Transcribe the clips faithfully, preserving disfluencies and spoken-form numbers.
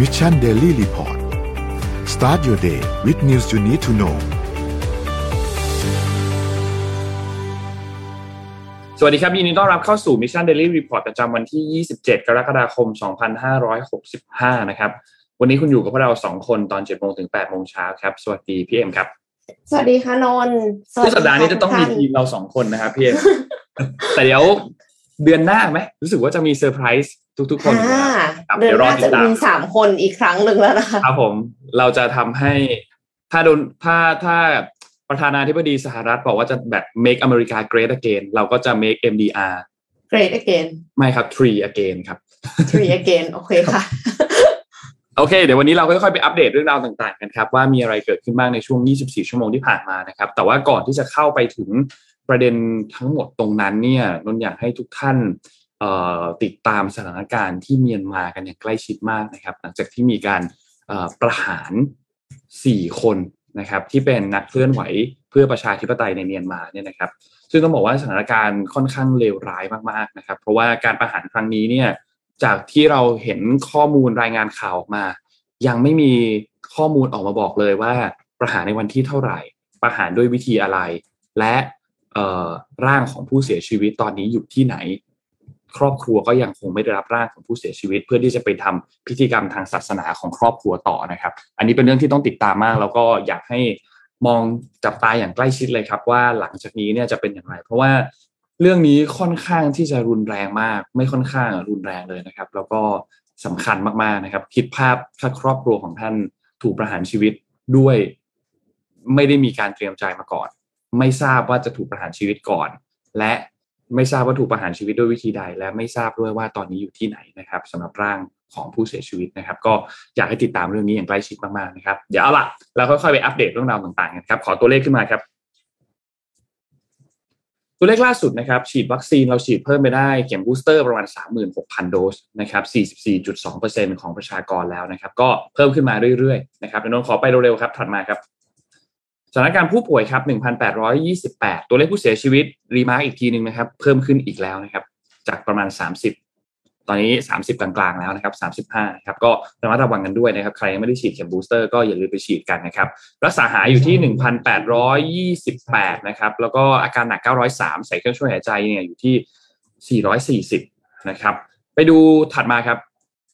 Mission Daily Report start your day with news you need to know สวัสดีครับยินดีต้อนรับเข้าสู่ Mission Daily Report ประจำวันที่ยี่สิบเจ็ดกรกฎาคมสองพันห้าร้อยหกสิบห้านะครับวันนี้คุณอยู่กับพวกเราสองคนตอน เจ็ดโมง ถึง แปดโมง เช้าครับสวัสดีพี่เอ็มครับสวัสดีค่ะนนท์สัปดาห์นี้จะต้องมีทีมเราสองคนนะครับพี่เอ็ม แต่เดี๋ยวเดือนหน้าไหมรู้สึกว่าจะมีเซอร์ไพรส์ทุกๆคนนะครับเดี๋ยวรอติดตามมีสามคนอีกครั้งหนึ่งแล้วนะคะครับผมเราจะทำให้ถ้าโดนถ้าถ้าประธานาธิบดีสหรัฐบอกว่าจะแบบ make America great again เราก็จะ make เอ็ม ดี อาร์ great again ไม่ครับ three again ครับ three again โอเคค่ะโอเคเดี๋ยววันนี้เราค่อยๆไปอัปเดตเรื่องราวต่างๆกันครับว่ามีอะไรเกิดขึ้นบ้างในช่วงยี่สิบสี่ชั่วโมงที่ผ่านมานะครับแต่ว่าก่อนที่จะเข้าไปถึงประเด็นทั้งหมดตรงนั้นเนี่ยนนท์อยากให้ทุกท่านเอ่อติดตามสถานการณ์ที่เมียนมากันอย่างใกล้ชิดมากนะครับหลังจากที่มีการเอ่อประหารสี่คนนะครับที่เป็นนักเคลื่อนไหวเพื่อประชาธิปไตยในเมียนมาเนี่ยนะครับซึ่งต้องบอกว่าสถานการณ์ค่อนข้างเลวร้ายมากๆนะครับเพราะว่าการประหารครั้งนี้เนี่ยจากที่เราเห็นข้อมูลรายงานข่าวออกมายังไม่มีข้อมูลออกมาบอกเลยว่าประหารในวันที่เท่าไหร่ประหารด้วยวิธีอะไรและเอ่อร่างของผู้เสียชีวิตตอนนี้อยู่ที่ไหนครอบครัวก็ยังคงไม่ได้รับร่างของผู้เสียชีวิตเพื่อที่จะไปทำพิธีกรรมทางศาสนาของครอบครัวต่อนะครับอันนี้เป็นเรื่องที่ต้องติดตามมากแล้วก็อยากให้มองจับตาอย่างใกล้ชิดเลยครับว่าหลังจากนี้เนี่ยจะเป็นอย่างไรเพราะว่าเรื่องนี้ค่อนข้างที่จะรุนแรงมากไม่ค่อนข้างรุนแรงเลยนะครับแล้วก็สำคัญมากๆนะครับคิดภาพถ้าครอบครัวของท่านถูกประหารชีวิตด้วยไม่ได้มีการเตรียมใจมาก่อนไม่ทราบว่าจะถูกประหารชีวิตก่อนและไม่ทราบว่าถูกประหารชีวิตด้วยวิธีใดและไม่ทราบด้วยว่าตอนนี้อยู่ที่ไหนนะครับสำหรับร่างของผู้เสียชีวิตนะครับก็อยากให้ติดตามเรื่องนี้อย่างใกล้ชิดมากๆนะครับเดี๋ยวเอาล่ะเราค่อยๆไปอัปเดตเรื่องราวต่างๆกันครับขอตัวเลขขึ้นมาครับตัวเลขล่าสุดนะครับฉีดวัคซีนเราฉีดเพิ่มไปได้เข็มบูสเตอร์ประมาณ สามหมื่นหกพัน โดสนะครับ สี่สิบสี่จุดสองเปอร์เซ็นต์ ของประชากรแล้วนะครับก็เพิ่มขึ้นมาเรื่อยๆนะครับเดี๋ยวนนท์ขอไปเร็วๆครับถัดมาครับสถานการณ์ผู้ป่วยครับ หนึ่งพันแปดร้อยยี่สิบแปด ตัวเลขผู้เสียชีวิตรีมาร์คอีกทีนึงนะครับเพิ่มขึ้นอีกแล้วนะครับจากประมาณสามสิบตอนนี้สามสิบกลางๆแล้วนะครับสามสิบห้าครับก็ระมัดระวังกันด้วยนะครับใครยังไม่ได้ฉีดเข็มบูสเตอร์ก็อย่าลืมไปฉีดกันนะครับรักษาหายอยู่ที่ หนึ่งพันแปดร้อยยี่สิบแปด นะครับแล้วก็อาการหนักเก้าร้อยสามใส่เครื่องช่วยหายใจเนี่ยอยู่ที่สี่ร้อยสี่สิบนะครับไปดูถัดมาครับ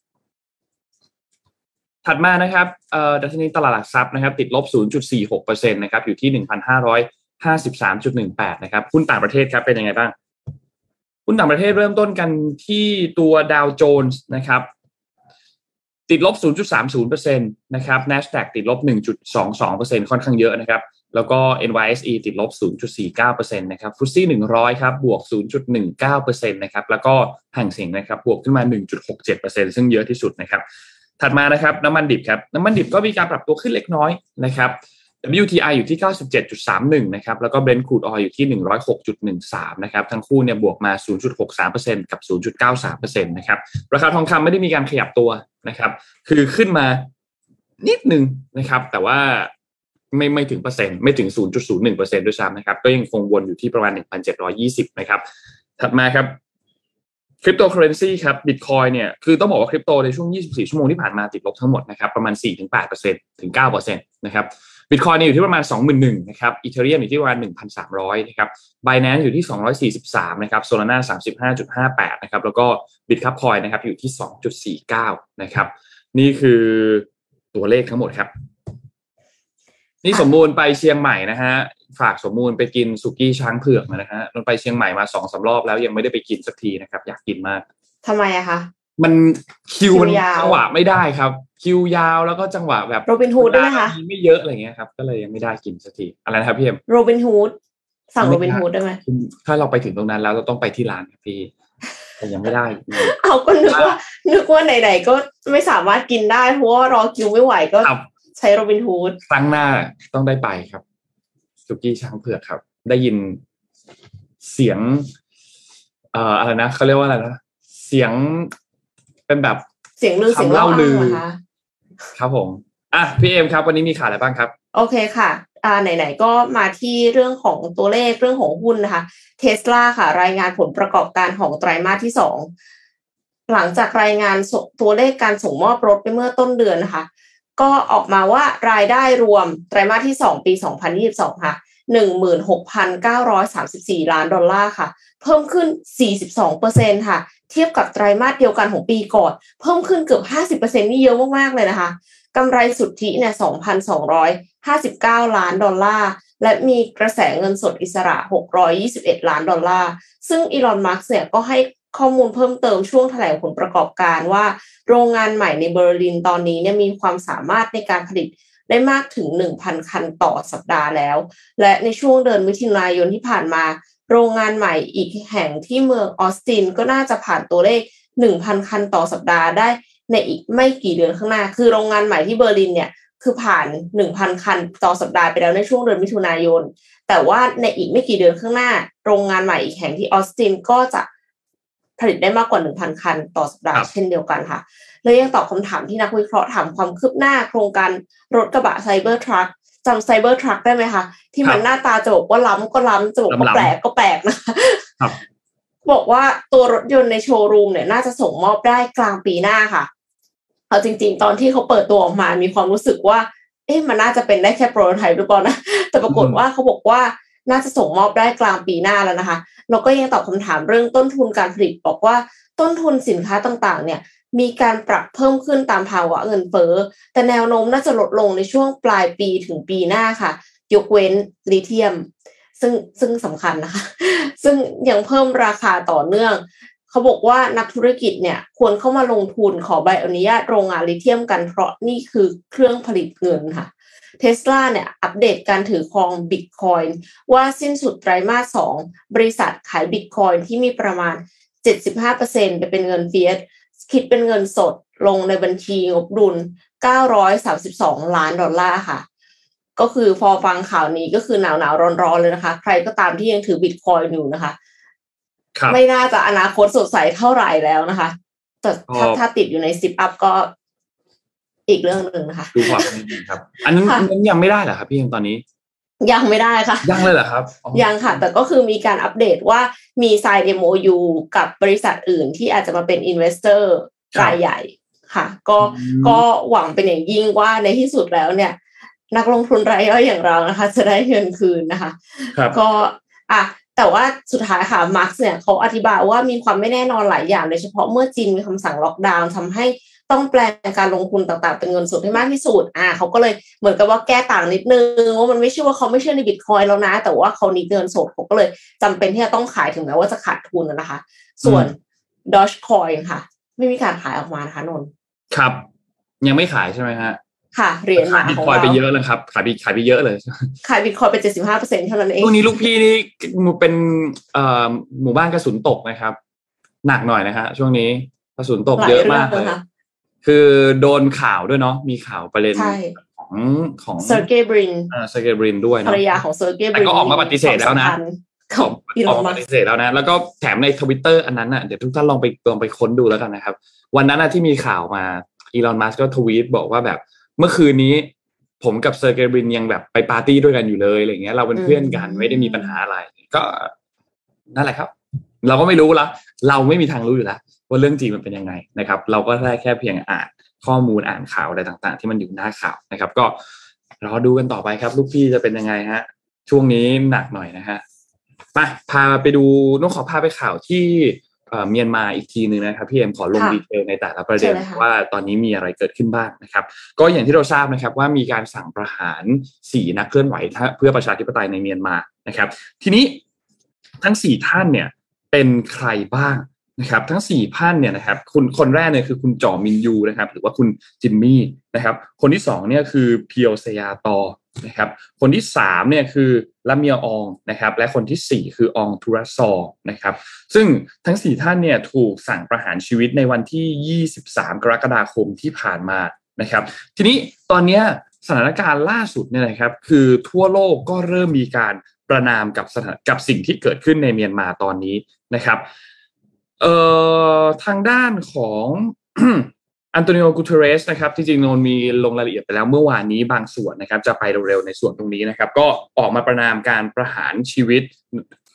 ถัดมานะครับเอ่อดัชนีตลาดหลักทรัพย์นะครับติดลบ ศูนย์จุดสี่หกเปอร์เซ็นต์ นะครับอยู่ที่ หนึ่งพันห้าร้อยห้าสิบสามจุดหนึ่งแปด นะครับหุ้นต่างประเทศครับเป็นยังไงบ้างหุ้นต่างประเทศเริ่มต้นกันที่ตัวดาวโจนส์นะครับติดลบ ศูนย์จุดสามศูนย์เปอร์เซ็นต์ นะครับ NASDAQ ติดลบ หนึ่งจุดสองสองเปอร์เซ็นต์ ค่อนข้างเยอะนะครับแล้วก็ เอ็น วาย เอส อี ติดลบ ศูนย์จุดสี่เก้าเปอร์เซ็นต์ นะครับ ฟุตซี่ หนึ่งร้อยครับบวก ศูนย์จุดหนึ่งเก้าเปอร์เซ็นต์ นะครับแล้วก็ห่างเส็งนะครับบวกขึ้นมา หนึ่งจุดหกเจ็ดเปอร์เซ็นต์ ซึ่งเยอะที่สุดนะครับถัดมานะครับน้ำมันดิบครับน้ำมันดิบก็มีการปรับตัวขึ้นเล็กน้อยนะครับ ดับเบิลยู ที ไอ อยู่ที่ เก้าสิบเจ็ดจุดสามหนึ่ง นะครับแล้วก็ Brent crude oil อยู่ที่ หนึ่งร้อยหกจุดหนึ่งสาม นะครับทั้งคู่เนี่ยบวกมา ศูนย์จุดหกสามเปอร์เซ็นต์ กับ ศูนย์จุดเก้าสามเปอร์เซ็นต์ นะครับราคาทองคำไม่ได้มีการขยับตัวนะครับคือขึ้นมานิดนึงนะครับแต่ว่าไม่ไม่ถึงเปอร์เซ็นต์ไม่ถึง ศูนย์จุดศูนย์หนึ่งเปอร์เซ็นต์ ด้วยซ้ำนะครับก็ยังคงวนอยู่ที่ประมาณ หนึ่งพันเจ็ดร้อยยี่สิบ นะครับถัดมาครับคริปโตเคอเรนซีครับ Bitcoin เนี่ยคือต้องบอกว่าคริปโตในช่วงยี่สิบสี่ชั่วโมงที่ผ่านมาติดลบทั้งหมดนะครับประมาณ สี่ถึงแปดเปอร์เซ็นต์ ถึง เก้าเปอร์เซ็นต์ นะครับ Bitcoin เนี่ยอยู่ที่ประมาณ สองหมื่นหนึ่งพัน นะครับ Ethereum อยู่ที่ประมาณ หนึ่งพันสามร้อย นะครับ Binance อยู่ที่สองร้อยสี่สิบสามนะครับ Solana สามสิบห้าจุดห้าแปด นะครับแล้วก็ Bitcup Coin นะครับอยู่ที่ สองจุดสี่เก้า นะครับนี่คือตัวเลขทั้งหมดครับนี่สมบูรณ์ไปเชียงใหม่นะฮะฝากสมบูรณ์ไปกินสุกี้ช้างเผือกมานะฮะนนไปเชียงใหม่มา สองสาม รอบแล้วยังไม่ได้ไปกินสักทีนะครับอยากกินมากทำไมอะคะมันคิวมันจังหวะไม่ได้ครับคิวยาวแล้วก็จังหวะแบบโรบินฮูดด้วยนะคะไม่เยอะอะไรเงี้ยครับก็เลยยังไม่ได้กินสักทีอะไรนะครับพี่เอ็มโรบินฮูดสั่งโรบินฮูดได้ไหมถ้าเราไปถึงตรงนั้นแล้วเราต้องไปที่ร้านครับพี่แต่ยังไม่ได้เอาก็นึกว่านึกว่าไหนๆก็ไม่สามารถกินได้เพราะว่ารอคิวไม่ไหวก็ใช้โรบินฮูดครั้งหน้าต้องได้ไปครับสุกี้ช้างเผือกครับได้ยินเสียงเอ่ออะไรนะเขาเรียกว่าอะไรนะเสียงเป็นแบบเสียงลือเสียงเล่าลือครับผมอ่ะพี่เอ็มครับวันนี้มีข่าวอะไรบ้างครับโอเคค่ะอ่าไหนๆก็มาที่เรื่องของตัวเลขเรื่องของหุ้นนะคะ Tesla ค่ะรายงานผลประกอบการของไตรมาสที่สองหลังจากรายงานตัวเลขการส่งมอบรถไปเมื่อต้นเดือนนะคะก็ออกมาว่ารายได้รวมไตรมาสที่สองปีสองพันยี่สิบสองค่ะ หนึ่งหมื่นหกพันเก้าร้อยสามสิบสี่ ล้านดอลลาร์ค่ะเพิ่มขึ้น สี่สิบสองเปอร์เซ็นต์ ค่ะเทียบกับไตรมาสเดียวกันของปีก่อนเพิ่มขึ้นเกือบ ห้าสิบเปอร์เซ็นต์ นี่เยอะมากๆเลยนะคะกำไรสุทธิเนี่ย สองพันสองร้อยห้าสิบเก้า ล้านดอลลาร์และมีกระแสเงินสดอิสระหกร้อยยี่สิบเอ็ดล้านดอลลาร์ซึ่งอีลอนมัสก์เนี่ยก็ให้ข้อมูลเพิ่มเติมช่วงแถลงผลประกอบการว่าโรงงานใหม่ในเบอร์ลินตอนนี้เนี่ยมีความสามารถในการผลิตได้มากถึง หนึ่งพัน คันต่อสัปดาห์แล้วและในช่วงเดือนมิถุนายนที่ผ่านมาโรงงานใหม่อีกแห่งที่เมืองออสตินก็น่าจะผ่านตัวเลข หนึ่งพัน คันต่อสัปดาห์ได้ในอีกไม่กี่เดือนข้างหน้าคือโรงงานใหม่ที่เบอร์ลินเนี่ยคือผ่าน หนึ่งพัน คันต่อสัปดาห์ไปแล้วในช่วงเดือนมิถุนายนแต่ว่าในอีกไม่กี่เดือนข้างหน้าโรงงานใหม่อีกแห่งที่ออสตินก็จะผลิตได้มากกว่า หนึ่งพัน คันต่อสัปดาห์เช่นเดียวกันค่ะแล้วยังตอบคำถามที่นักวิเคราะห์ถามความคืบหน้าโครงการรถกระบะไซเบอร์ทรัคจำไซเบอร์ทรัคได้ไหมคะที่มันหน้าตาจะบอกว่าล้ำก็ล้ำจะบอกว่าแปลกก็แปลกนะคะบอกว่าตัวรถยนต์ในโชว์รูมเนี่ยน่าจะส่งมอบได้กลางปีหน้าค่ะเอาจริงๆตอนที่เขาเปิดตัวออกมามีความรู้สึกว่าเอ๊ะมันน่าจะเป็นได้แค่โปรโตไทป์หรือเปล่านะแต่ปรากฏว่าเขาบอกว่าน่าจะส่งมอบได้กลางปีหน้าแล้วนะคะแล้วก็ยังตอบคำถามเรื่องต้นทุนการผลิตบอกว่าต้นทุนสินค้าต่างๆเนี่ยมีการปรับเพิ่มขึ้นตามภาวะเงินเฟ้อแต่แนวโน้มน่าจะลดลงในช่วงปลายปีถึงปีหน้าค่ะยกเว้นลิเธียมซึ่งซึ่งสำคัญนะคะซึ่งยังเพิ่มราคาต่อเนื่องเขาบอกว่านักธุรกิจเนี่ยควรเข้ามาลงทุนขอใบอนุญาตโรงงานลิเธียมกันเพราะนี่คือเครื่องผลิตเงินค่ะTesla เนี่ยอัปเดตการถือครอง Bitcoin ว่าสิ้นสุดไตรมาสสองบริษัทขาย Bitcoin ที่มีประมาณ เจ็ดสิบห้าเปอร์เซ็นต์ ไปเป็นเงินเฟียสคิดเป็นเงินสดลงในบัญชีงบดุลเก้าร้อยสามสิบสองล้านดอลลาร์ค่ะก็คือพอฟังข่าวนี้ก็คือหนาวๆร้อนๆเลยนะคะใครก็ตามที่ยังถือ Bitcoin อยู่นะคะไม่น่าจะอนาคตสดใสเท่าไหร่แล้วนะคะแต่ถ้าถ้าติดอยู่ในสิบอัพก็อีกเรื่องนึงนะคะดูความเป็นจริงครับอันนั้นนั้นยังไม่ได้เหรอครับพี่ยังตอนนี้ยังไม่ได้ค่ะยังเลยเหรอครับยังค่ะแต่ก็คือมีการอัปเดตว่ามี sign เอ็ม โอ ยู กับบริษัทอื่นที่อาจจะมาเป็น investor รายใหญ่ค่ะก็ก็หวังเป็นอย่างยิ่งว่าในที่สุดแล้วเนี่ยนักลงทุนรายย่อยอย่างเรานะคะจะได้เงินคืนนะคะก็อ่ะแต่ว่าสุดท้ายค่ะมาร์คเนี่ยเขาอธิบายว่ามีความไม่แน่นอนหลายอย่างโดยเฉพาะเมื่อจีนมีคำสั่งล็อกดาวน์ทำให้ต้องแปลงการลงทุนต่างๆเป็นเงินสดให้มากที่สุดอ่าเขาก็เลยเหมือนกับว่าแก้ต่างนิดนึงว่ามันไม่ใช่ว่าเขาไม่เชื่อใน Bitcoin แล้วนะแต่ว่าเขานิดเงินสดเขาก็เลยจำเป็นที่จะต้องขายถึงแม้ว่าจะขาดทุนนะคะส่วน Dogecoin ค่ะไม่มีการขายออกมานะคะนนท์ครับยังไม่ขายใช่ไหมฮะค่ะเหรียญหมาของเราขายไปเยอะเลยครับขายไปขายไปเยอะเลยขาย Bitcoin ไป เจ็ดสิบห้าเปอร์เซ็นต์ เท่านั้นเองช่วงนี้ลูกพี่นี่เป็นเอ่อหมู่บ้านกระสุนตกนะครับหนักหน่อยนะฮะช่วงนี้กระสุนตกเยอะมากเลยคือโดนข่าวด้วยเนาะมีข่าวประเด็นของของเซอร์เกย์บรินอ่าเซอร์เกย์บรินด้วยภรรยาของเซอร์เกย์บรินแต่ก็ออกมาปฏิเสธแล้วนะออกมาปฏิเสธแล้วนะแล้วก็แถมใน Twitter อันนั้นน่ะเดี๋ยวทุกท่านลองไปลองไปค้นดูแล้วกันนะครับวันนั้นน่ะที่มีข่าวมาอีลอนมัสก์ก็ทวีตบอกว่าแบบเมื่อคืนนี้ผมกับเซอร์เกย์บรินยังแบบไปปาร์ตี้ด้วยกันอยู่เลยอะไรเงี้ยเราเป็นเพื่อนกันไม่ได้มีปัญหาอะไรก็นั่นแหละครับเราก็ไม่รู้ละเราไม่มีทางรู้อยู่แล้วว่าเรื่องจริงมันเป็นยังไงนะครับเราก็ได้แค่เพียงอ่านข้อมูลอ่านข่าวอะไรต่างๆที่มันอยู่หน้าข่าวนะครับก็รอดูกันต่อไปครับลูกพี่จะเป็นยังไงฮะช่วงนี้หนักหน่อยนะฮะมาพาไปดูน้องขอพาไปข่าวที่เมียนมาอีกทีนึงนะครับพี่เอ็มขอลงดีเทลในแต่ละประเด็นว่าตอนนี้มีอะไรเกิดขึ้นบ้างนะครับก็อย่างที่เราทราบนะครับว่ามีการสั่งประหารสี่นักเคลื่อนไหวเพื่อประชาธิปไตยในเมียนมานะครับทีนี้ทั้งสี่ท่านเนี่ยเป็นใครบ้างนะครับทั้งสี่ท่านเนี่ยนะครับคุณคนแรกเนี่ยคือคุณจ่อมินยูนะครับหรือว่าคุณจิมมี่นะครับคนที่สองเนี่ยคือเพียวเซยาตอนะครับคนที่สามเนี่ยคือละเมียอองนะครับและคนที่สี่คืออองทุรัสซอนะครับซึ่งทั้งสี่ท่านเนี่ยถูกสั่งประหารชีวิตในวันที่ยี่สิบสามกรกฎาคมที่ผ่านมานะครับทีนี้ตอนนี้สถานการณ์ล่าสุดเนี่ยนะครับคือทั่วโลกก็เริ่มมีการประณามกับสถานกับสิ่งที่เกิดขึ้นในเมียนมาตอนนี้นะครับเอ่อทางด้านของ อันโตนิโอ กูเทเรสนะครับที่จริงโนนมีลงรายละเอียดไปแล้วเมื่อวานนี้บางส่วนนะครับจะไปเร็วๆในส่วนตรงนี้นะครับก็ออกมาประณามการประหารชีวิต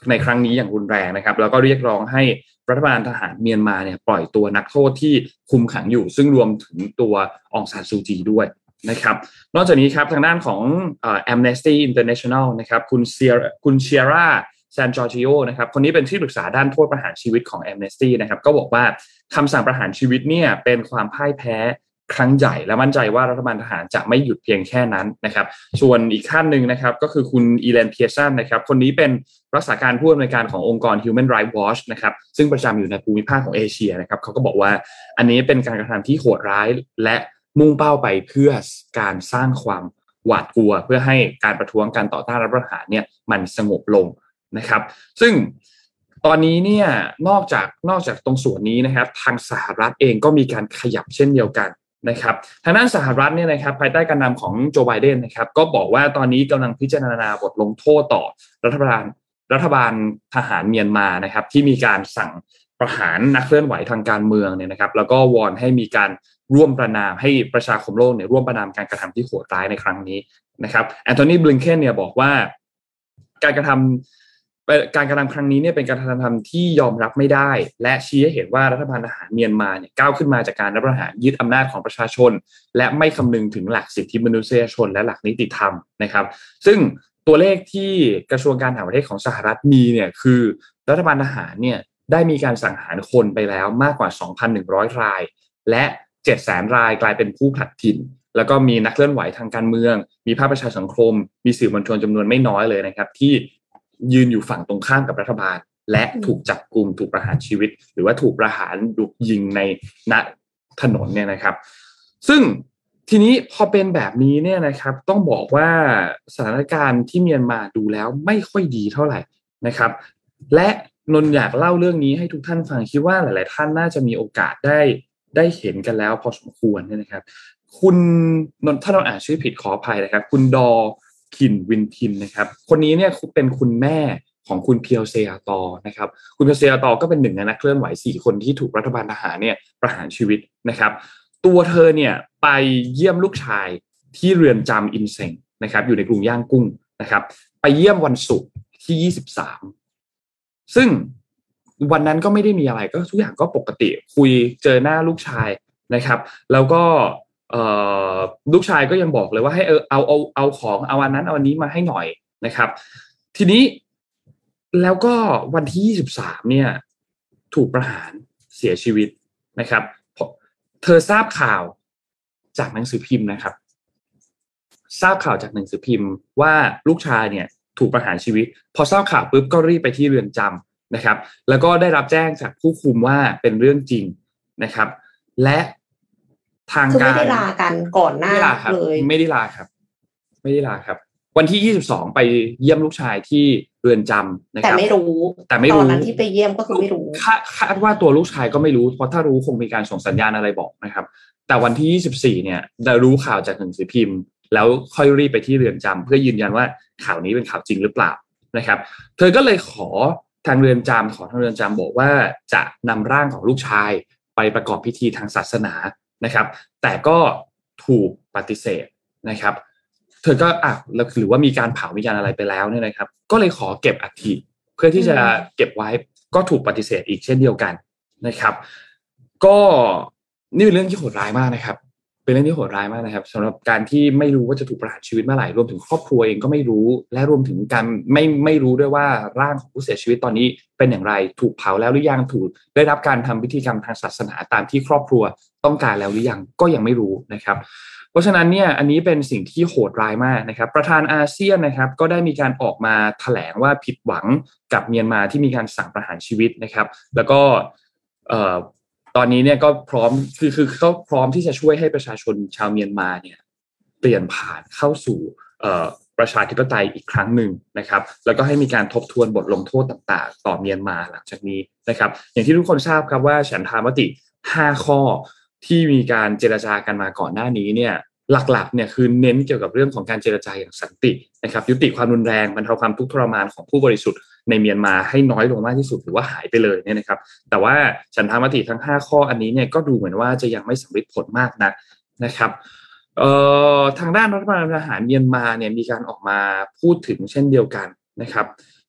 ในครั้งนี้อย่างรุนแรงนะครับแล้วก็เรียกร้องให้รัฐบาลทหารเมียนมาเนี่ยปล่อยตัวนักโทษที่คุมขังอยู่ซึ่งรวมถึงตัวองซานซูจีด้วยนะครับนอกจากนี้ครับทางด้านของเอ่อ Amnesty International นะครับคุณเซียคุณเชียร่าซานจอร์จิโอนะครับคนนี้เป็นที่ปรึกษาด้านโทษประหารชีวิตของ Amnesty นะครับก็บอกว่าคำสั่งประหารชีวิตเนี่ยเป็นความพ่ายแพ้ครั้งใหญ่และมั่นใจว่ารัฐบาลทหารจะไม่หยุดเพียงแค่นั้นนะครับส่วนอีกท่านหนึ่งนะครับก็คือคุณอีเลนเพียร์สันนะครับคนนี้เป็นรักษาการผู้อำนวยการขององค์กร Human Rights Watch นะครับซึ่งประจำอยู่ในภูมิภาคของเอเชียนะครับเขาก็บอกว่าอันนี้เป็นการกระทำที่โหดร้ายและมุ่งเป้าไปเพื่อการสร้างความหวาดกลัวเพื่อให้การประท้วงการต่อต้านรัฐประหารเนี่ยมันสงบลงนะครับซึ่งตอนนี้เนี่ยนอกจากนอกจากตรงส่วนนี้นะครับทางสหรัฐเองก็มีการขยับเช่นเดียวกันนะครับทางด้านสหรัฐเนี่ยนะครับภายใต้การนำของโจไบเดนนะครับก็บอกว่าตอนนี้กำลังพิจารณาบทลงโทษต่อรัฐบาลรัฐบาลทหารเมียนมานะครับที่มีการสั่งประหารนักเคลื่อนไหวทางการเมืองเนี่ยนะครับแล้วก็วอนให้มีการร่วมประณามให้ประชาคมโลกเนี่ยร่วมประณามการกระทำที่โหดร้ายในครั้งนี้นะครับแอนโทนีบลิงเคนเนี่ยบอกว่าการกระทำการกระทำครั้งนี้เนี่ยเป็นการกระทำที่ยอมรับไม่ได้และชี้ให้เห็นว่ารัฐบาลทหารเมียนมาเนี่ยก้าวขึ้นมาจากการรัฐประหารยึดอำนาจของประชาชนและไม่คำนึงถึงหลักสิทธิมนุษยชนและหลักนิติธรรมนะครับซึ่งตัวเลขที่กระทรวงการต่างประเทศของสหรัฐมีเนี่ยคือรัฐบาลทหารเนี่ยได้มีการสังหารคนไปแล้วมากกว่า สองพันหนึ่งร้อย รายและเจ็ดแสนรายกลายเป็นผู้ผลัดถิ่นแล้วก็มีนักเคลื่อนไหวทางการเมืองมีภาคประชาสังคมมีสื่อมวลชนจำนวนไม่น้อยเลยนะครับที่ยืนอยู่ฝั่งตรงข้ามกับรัฐบาลและถูกจับกุมถูกประหารชีวิตหรือว่าถูกประหารถูกยิงในณถนนเนี่ยนะครับซึ่งทีนี้พอเป็นแบบนี้เนี่ยนะครับต้องบอกว่าสถานการณ์ที่เมียนมาดูแล้วไม่ค่อยดีเท่าไหร่นะครับและนนอยากเล่าเรื่องนี้ให้ทุกท่านฟังคิดว่าหลายๆท่านน่าจะมีโอกาสได้ได้เห็นกันแล้วพอสมควรเนี่ยนะครับคุณนนถ้าเราอ่านชื่อผิดขออภัยนะครับคุณดอคินวินทินนะครับคนนี้เนี่ยเป็นคุณแม่ของคุณเพียวเซอาตอนะครับคุณเพียวเซอาตอก็เป็นหนึ่งในนักเคลื่อนไหวสี่คนที่ถูกรัฐบาลทหารเนี่ยประหารชีวิตนะครับตัวเธอเนี่ยไปเยี่ยมลูกชายที่เรือนจำอินเซงนะครับอยู่ในกรุงย่างกุ้งนะครับไปเยี่ยมวันศุกร์ที่ยี่สิบสามซึ่งวันนั้นก็ไม่ได้มีอะไรก็ทุกอย่างก็ปกติคุยเจอหน้าลูกชายนะครับแล้วก็ลูกชายก็ยังบอกเลยว่าให้เออเอาเอาเอาของเอาอันนั้นเอาอันนี้มาให้หน่อยนะครับทีนี้แล้วก็วันที่ยี่สิบสามเนี่ยถูกประหารเสียชีวิตนะครับเธอทราบข่าวจากหนังสือพิมพ์นะครับทราบข่าวจากหนังสือพิมพ์ว่าลูกชายเนี่ยถูกประหารชีวิตพอทราบข่าวปุ๊บก็รีบไปที่เรือนจำนะครับแล้วก็ได้รับแจ้งจากผู้คุมว่าเป็นเรื่องจริงนะครับและทางการไม่ได้ลากันก่อนหน้าเลยไม่ได้ลาครับไม่ได้ลาครับวันที่ยี่สิบสองไปเยี่ยมลูกชายที่เรือนจำนะครับแต่ไม่รู้แต่ไม่รู้ตอนนั้นที่ไปเยี่ยมก็คือไม่รู้คาดว่าตัวลูกชายก็ไม่รู้เพราะถ้ารู้คงมีการส่งสัญญาณอะไรบอกนะครับแต่วันที่ยี่สิบสี่เนี่ยได้รู้ข่าวจากหนังสือพิมพ์แล้วค่อยรีบไปที่เรือนจำเพื่อยืนยันว่าข่าวนี้เป็นข่าวจริงหรือเปล่านะครับเธอก็เลยขอทางเรือนจำขอทางเรือนจำบอกว่าจะนำร่างของลูกชายไปประกอบพิธีทางศาสนานะครับแต่ก็ถูกปฏิเสธนะครับเธอก็อ่ะแล้วหรือว่ามีการเผามีการอะไรไปแล้วเนี่ยนะครับก็เลยขอเก็บอัฐิเพื่อที่จะเก็บไว้ก็ถูกปฏิเสธอีกเช่นเดียวกันนะครับก็นี่เป็นเรื่องที่โหดร้ายมากนะครับเป็นเรื่องที่โหดร้ายมากนะครับสำหรับการที่ไม่รู้ว่าจะถูกประหารชีวิตเมื่อไหร่รวมถึงครอบครัวเองก็ไม่รู้และรวมถึงการไม่ไม่รู้ด้วยว่าร่างของผู้เสียชีวิตตอนนี้เป็นอย่างไรถูกเผาแล้วหรือยังถูกได้รับการทำพิธีกรรมทางศาสนาตามที่ครอบครัวต้องการแล้วหรือยังก็ยังไม่รู้นะครับเพราะฉะนั้นเนี่ยอันนี้เป็นสิ่งที่โหดร้ายมากนะครับประธานอาเซียนนะครับก็ได้มีการออกมาแถลงว่าผิดหวังกับเมียนมาที่มีการสั่งประหารชีวิตนะครับแล้วก็เอ่อตอนนี้เนี่ยก็พร้อมคือคือเขาพร้อมที่จะช่วยให้ประชาชนชาวเมียนมาเนี่ยเปลี่ยนผ่านเข้าสู่เอ่อประชาธิปไตยอีกครั้งหนึ่งนะครับแล้วก็ให้มีการทบทวนบทลงโทษต่างๆต่อเมียนมาหลังจากนี้นะครับอย่างที่ทุกคนทราบครับว่าฉันทามติห้าข้อที่มีการเจรจากันมาก่อนหน้านี้เนี่ยหลักๆเนี่ยคือเน้นเกี่ยวกับเรื่องของการเจรจาอย่างสันตินะครับยุติความรุนแรงบรรเทาความทุกข์ทรมานของผู้บริสุทธิ์ในเมียนมาให้น้อยลงมากที่สุดหรือว่าหายไปเลยเนี่ยนะครับแต่ว่าฉันทามติทั้งห้าข้ออันนี้เนี่ยก็ดูเหมือนว่าจะยังไม่สำเร็จผลมากนักนะครับเอ่อทางด้านรัฐบาลทหารเมียนมาเนี่ยมีการออกมาพูดถึงเช่นเดียวกันนะครับ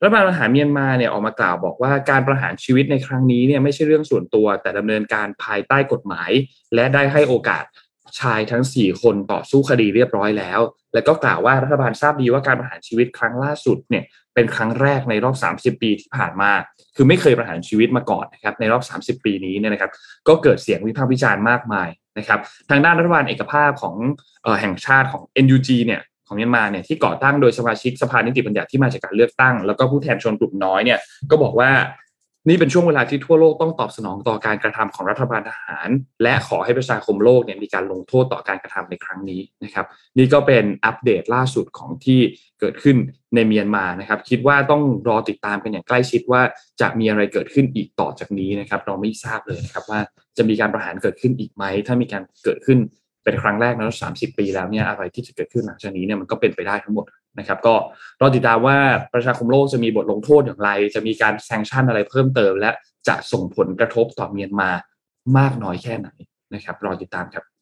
รัฐบาลทหารเมียนมาเนี่ยออกมากล่าวบอกว่าการประหารชีวิตในครั้งนี้เนี่ยไม่ใช่เรื่องส่วนตัวแต่ดำเนินการภายใต้กฎหมายและได้ให้โอกาสชายทั้งสี่คนต่อสู้คดีเรียบร้อยแล้วและก็กล่าวว่ารัฐบาลทราบดีว่าการประหารชีวิตครั้งล่าสุดเนี่ยเป็นครั้งแรกในรอบสามสิบปีที่ผ่านมาคือไม่เคยประหารชีวิตมาก่อนนะครับในรอบสามสิบปีนี้เนี่ยนะครับก็เกิดเสียงวิพากษ์วิจารณ์มากมายนะครับทางด้านรัฐบาลเอกภาพของเอ่อแห่งชาติของ เอ็น ยู จี เนี่ยของเมียนมาเนี่ยที่ก่อตั้งโดยสมาชิกสภานิติบัญญัติที่มาจากการเลือกตั้งแล้วก็ผู้แทนชนกลุ่มน้อยเนี่ยก็บอกว่านี่เป็นช่วงเวลาที่ทั่วโลกต้องตอบสนองต่อการกระทำของรัฐบาลทหารและขอให้ประชาคมโลกเนี่ยมีการลงโทษต่อการกระทำในครั้งนี้นะครับนี่ก็เป็นอัปเดตล่าสุดของที่เกิดขึ้นในเมียนมานะครับคิดว่าต้องรอติดตามกันอย่างใกล้ชิดว่าจะมีอะไรเกิดขึ้นอีกต่อจากนี้นะครับเราไม่ทราบเลยนะครับว่าจะมีการประหารเกิดขึ้นอีกไหมถ้ามีการเกิดขึ้นเป็นครั้งแรกในรอบสามสิบปีแล้วเนี่ยอะไรที่จะเกิดขึ้นหลังจากนี้เนี่ยมันก็เป็นไปได้ทั้งหมดนะครับก็รอติดตามว่าประชาคมโลกจะมีบทลงโทษอย่างไรจะมีการแซงชั่นอะไรเพิ่มเติมและจะส่งผลกระทบต่อเมียนมามากน้อยแค่ไหนนะครับรอติดตามครับ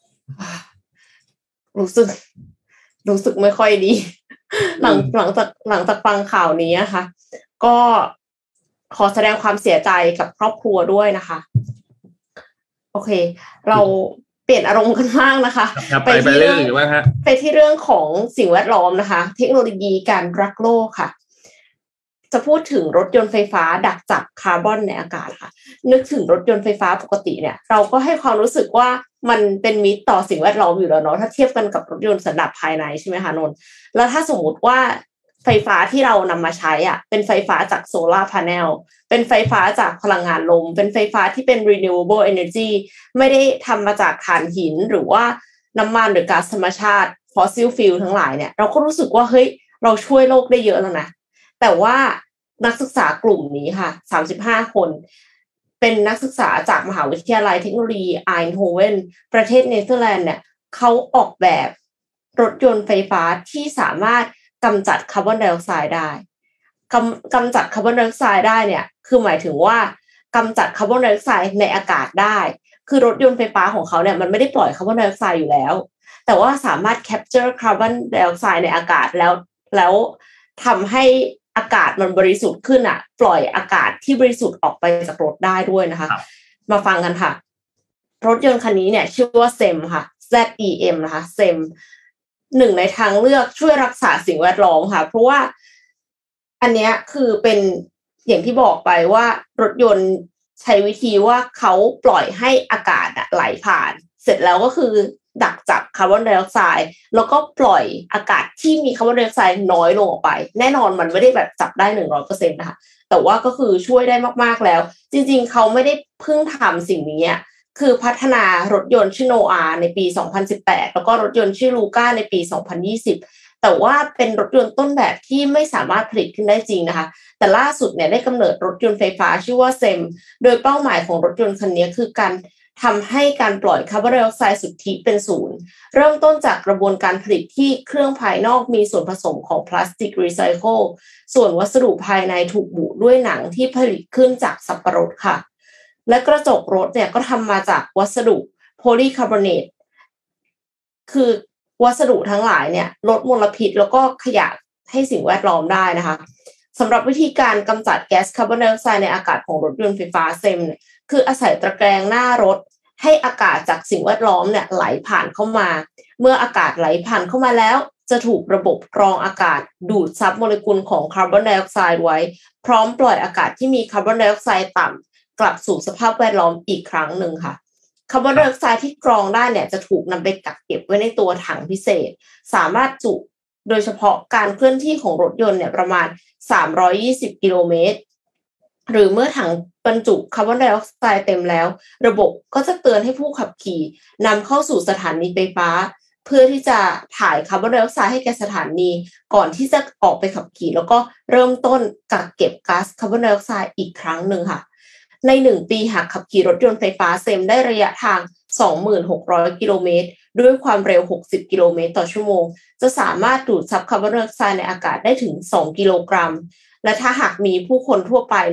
รู้สึกรู้สึกไม่ค่อยดีหลังหลังจากหลังจากฟังข่าวนี้นะคะก็ขอแสดงความเสียใจกับครอบครัวด้วยนะคะโอเคเราเปลี่ยนอารมณ์กันมากนะคะไปไปเรื่องอื่นบ้างฮะไปที่เรื่องของสิ่งแวดล้อมนะคะเทคโนโลยีการรักโลกค่ะจะพูดถึงรถยนต์ไฟฟ้าดักจับคาร์บอนในอากาศค่ะนึกถึงรถยนต์ไฟฟ้าปกติเนี่ยเราก็ให้ความรู้สึกว่ามันเป็นมิตรต่อสิ่งแวดล้อมอยู่แล้วเนาะถ้าเทียบกันกับรถยนต์สันดาปภายในใช่ไหมคะนนท์แล้วถ้าสมมติว่าไฟฟ้าที่เรานำมาใช้อ่ะเป็นไฟฟ้าจากโซลาร์พาเนลเป็นไฟฟ้าจากพลังงานลมเป็นไฟฟ้าที่เป็น renewable energy ไม่ได้ทำมาจากถ่านหินหรือว่าน้ำมันหรือก๊าซธรรมชาติ fossil fuel ทั้งหลายเนี่ยเราก็รู้สึกว่าเฮ้ยเราช่วยโลกได้เยอะแล้วนะแต่ว่านักศึกษากลุ่มนี้ค่ะสามสิบห้าคนเป็นนักศึกษาจากมหาวิทยาลัยเทคโนโลยีไอน์โฮเวนประเทศเนเธอร์แลนด์เนี่ยเขาออกแบบรถยนต์ไฟฟ้าที่สามารถกำจัดคาร์บอนไดออกไซด์ได้กำกำจัดคาร์บอนไดออกไซด์ได้เนี่ยคือหมายถึงว่ากำจัดคาร์บอนไดออกไซด์ในอากาศได้คือรถยนต์ไฟฟ้าของเขาเนี่ยมันไม่ได้ปล่อยคาร์บอนไดออกไซด์อยู่แล้วแต่ว่าสามารถแคปเจอร์คาร์บอนไดออกไซด์ในอากาศแล้วแล้วทำให้อากาศมันบริสุทธิ์ขึ้นอ่ะปล่อยอากาศที่บริสุทธิ์ออกไปจากรถได้ด้วยนะคะมาฟังกันค่ะรถยนต์คันนี้เนี่ยชื่อว่า เซม ค่ะ แซด อี เอ็ม นะคะ เซม หนึ่งในทางเลือกช่วยรักษาสิ่งแวดล้อมค่ะเพราะว่าอันเนี้ยคือเป็นอย่างที่บอกไปว่ารถยนต์ใช้วิธีว่าเขาปล่อยให้อากาศไหลผ่านเสร็จแล้วก็คือดักจับคาร์บอนไดออกไซด์แล้วก็ปล่อยอากาศที่มีคาร์บอนไดออกไซด์น้อยลงออกไปแน่นอนมันไม่ได้แบบจับได้ หนึ่งร้อยเปอร์เซ็นต์ นะคะแต่ว่าก็คือช่วยได้มากๆแล้วจริงๆเขาไม่ได้เพิ่งทำสิ่งนี้คือพัฒนารถยนต์ชื่อโนอาในปีสองพันสิบแปดแล้วก็รถยนต์ชื่อลูก้าในปีสองพันยี่สิบแต่ว่าเป็นรถยนต์ต้นแบบที่ไม่สามารถผลิตขึ้นได้จริงนะคะแต่ล่าสุดเนี่ยได้กำเนิดรถยนต์ไฟฟ้าชื่อว่า เซม โดยเป้าหมายของรถยนต์คันนี้คือการทำให้การปล่อยคาร์บอนไดออกไซด์สุทธิเป็นศูนย์เริ่มต้นจากกระบวนการผลิตที่เครื่องภายนอกมีส่วนผสมของพลาสติกรีไซเคิลส่วนวัสดุภายในถูกบุด้วยหนังที่ผลิตขึ้นจากสับปะรดค่ะและกระจกรถเนี่ยก็ทำมาจากวัสดุโพลีคาร์บอเนตคือวัสดุทั้งหลายเนี่ยลดมลพิษแล้วก็ขยะให้สิ่งแวดล้อมได้นะคะสำหรับวิธีการกำจัดแก๊สคาร์บอนไดออกไซด์ในอากาศของรถยนต์ไฟฟ้า เซม เนี่ยคืออาศัยตะแกรงหน้ารถให้อากาศจากสิ่งแวดล้อมเนี่ยไหลผ่านเข้ามาเมื่ออากาศไหลผ่านเข้ามาแล้วจะถูกระบบกรองอากาศดูดซับโมเลกุลของคาร์บอนไดออกไซด์ไว้พร้อมปล่อยอากาศที่มีคาร์บอนไดออกไซด์ต่ำกลับสู่สภาพแวดล้อมอีกครั้งหนึ่งค่ะคาร์บอนไดออกไซด์ที่กรองได้เนี่ยจะถูกนำไปกักเก็บไว้ในตัวถังพิเศษสามารถจุโดยเฉพาะการเคลื่อนที่ของรถยนต์เนี่ยประมาณสามร้อยยี่สิบกิโลเมตรหรือเมื่อถังบรรจุคาร์บอนไดออกไซด์เต็มแล้วระบบก็จะเตือนให้ผู้ขับขี่นำเข้าสู่สถานีไฟฟ้าเพื่อที่จะถ่ายคาร์บอนไดออกไซด์ให้แก่สถานีก่อนที่จะออกไปขับขี่แล้วก็เริ่มต้นกักเก็บก๊าซคาร์บอนไดออกไซด์อีกครั้งหนึ่งค่ะในหนึ่งปีหากขับขี่รถยนต์ไฟฟ้า เซม ได้ระยะทาง สองพันหกร้อย กิโลเมตรด้วยความเร็วหกสิบกิโลเมตรต่อชั่วโมงจะสามารถดูดซับคาร์บอนไดออกไซด์ในอากาศได้ถึงสองกิโลกรัมและถ้าหากมีผู้คนทั่วไปเนี่ย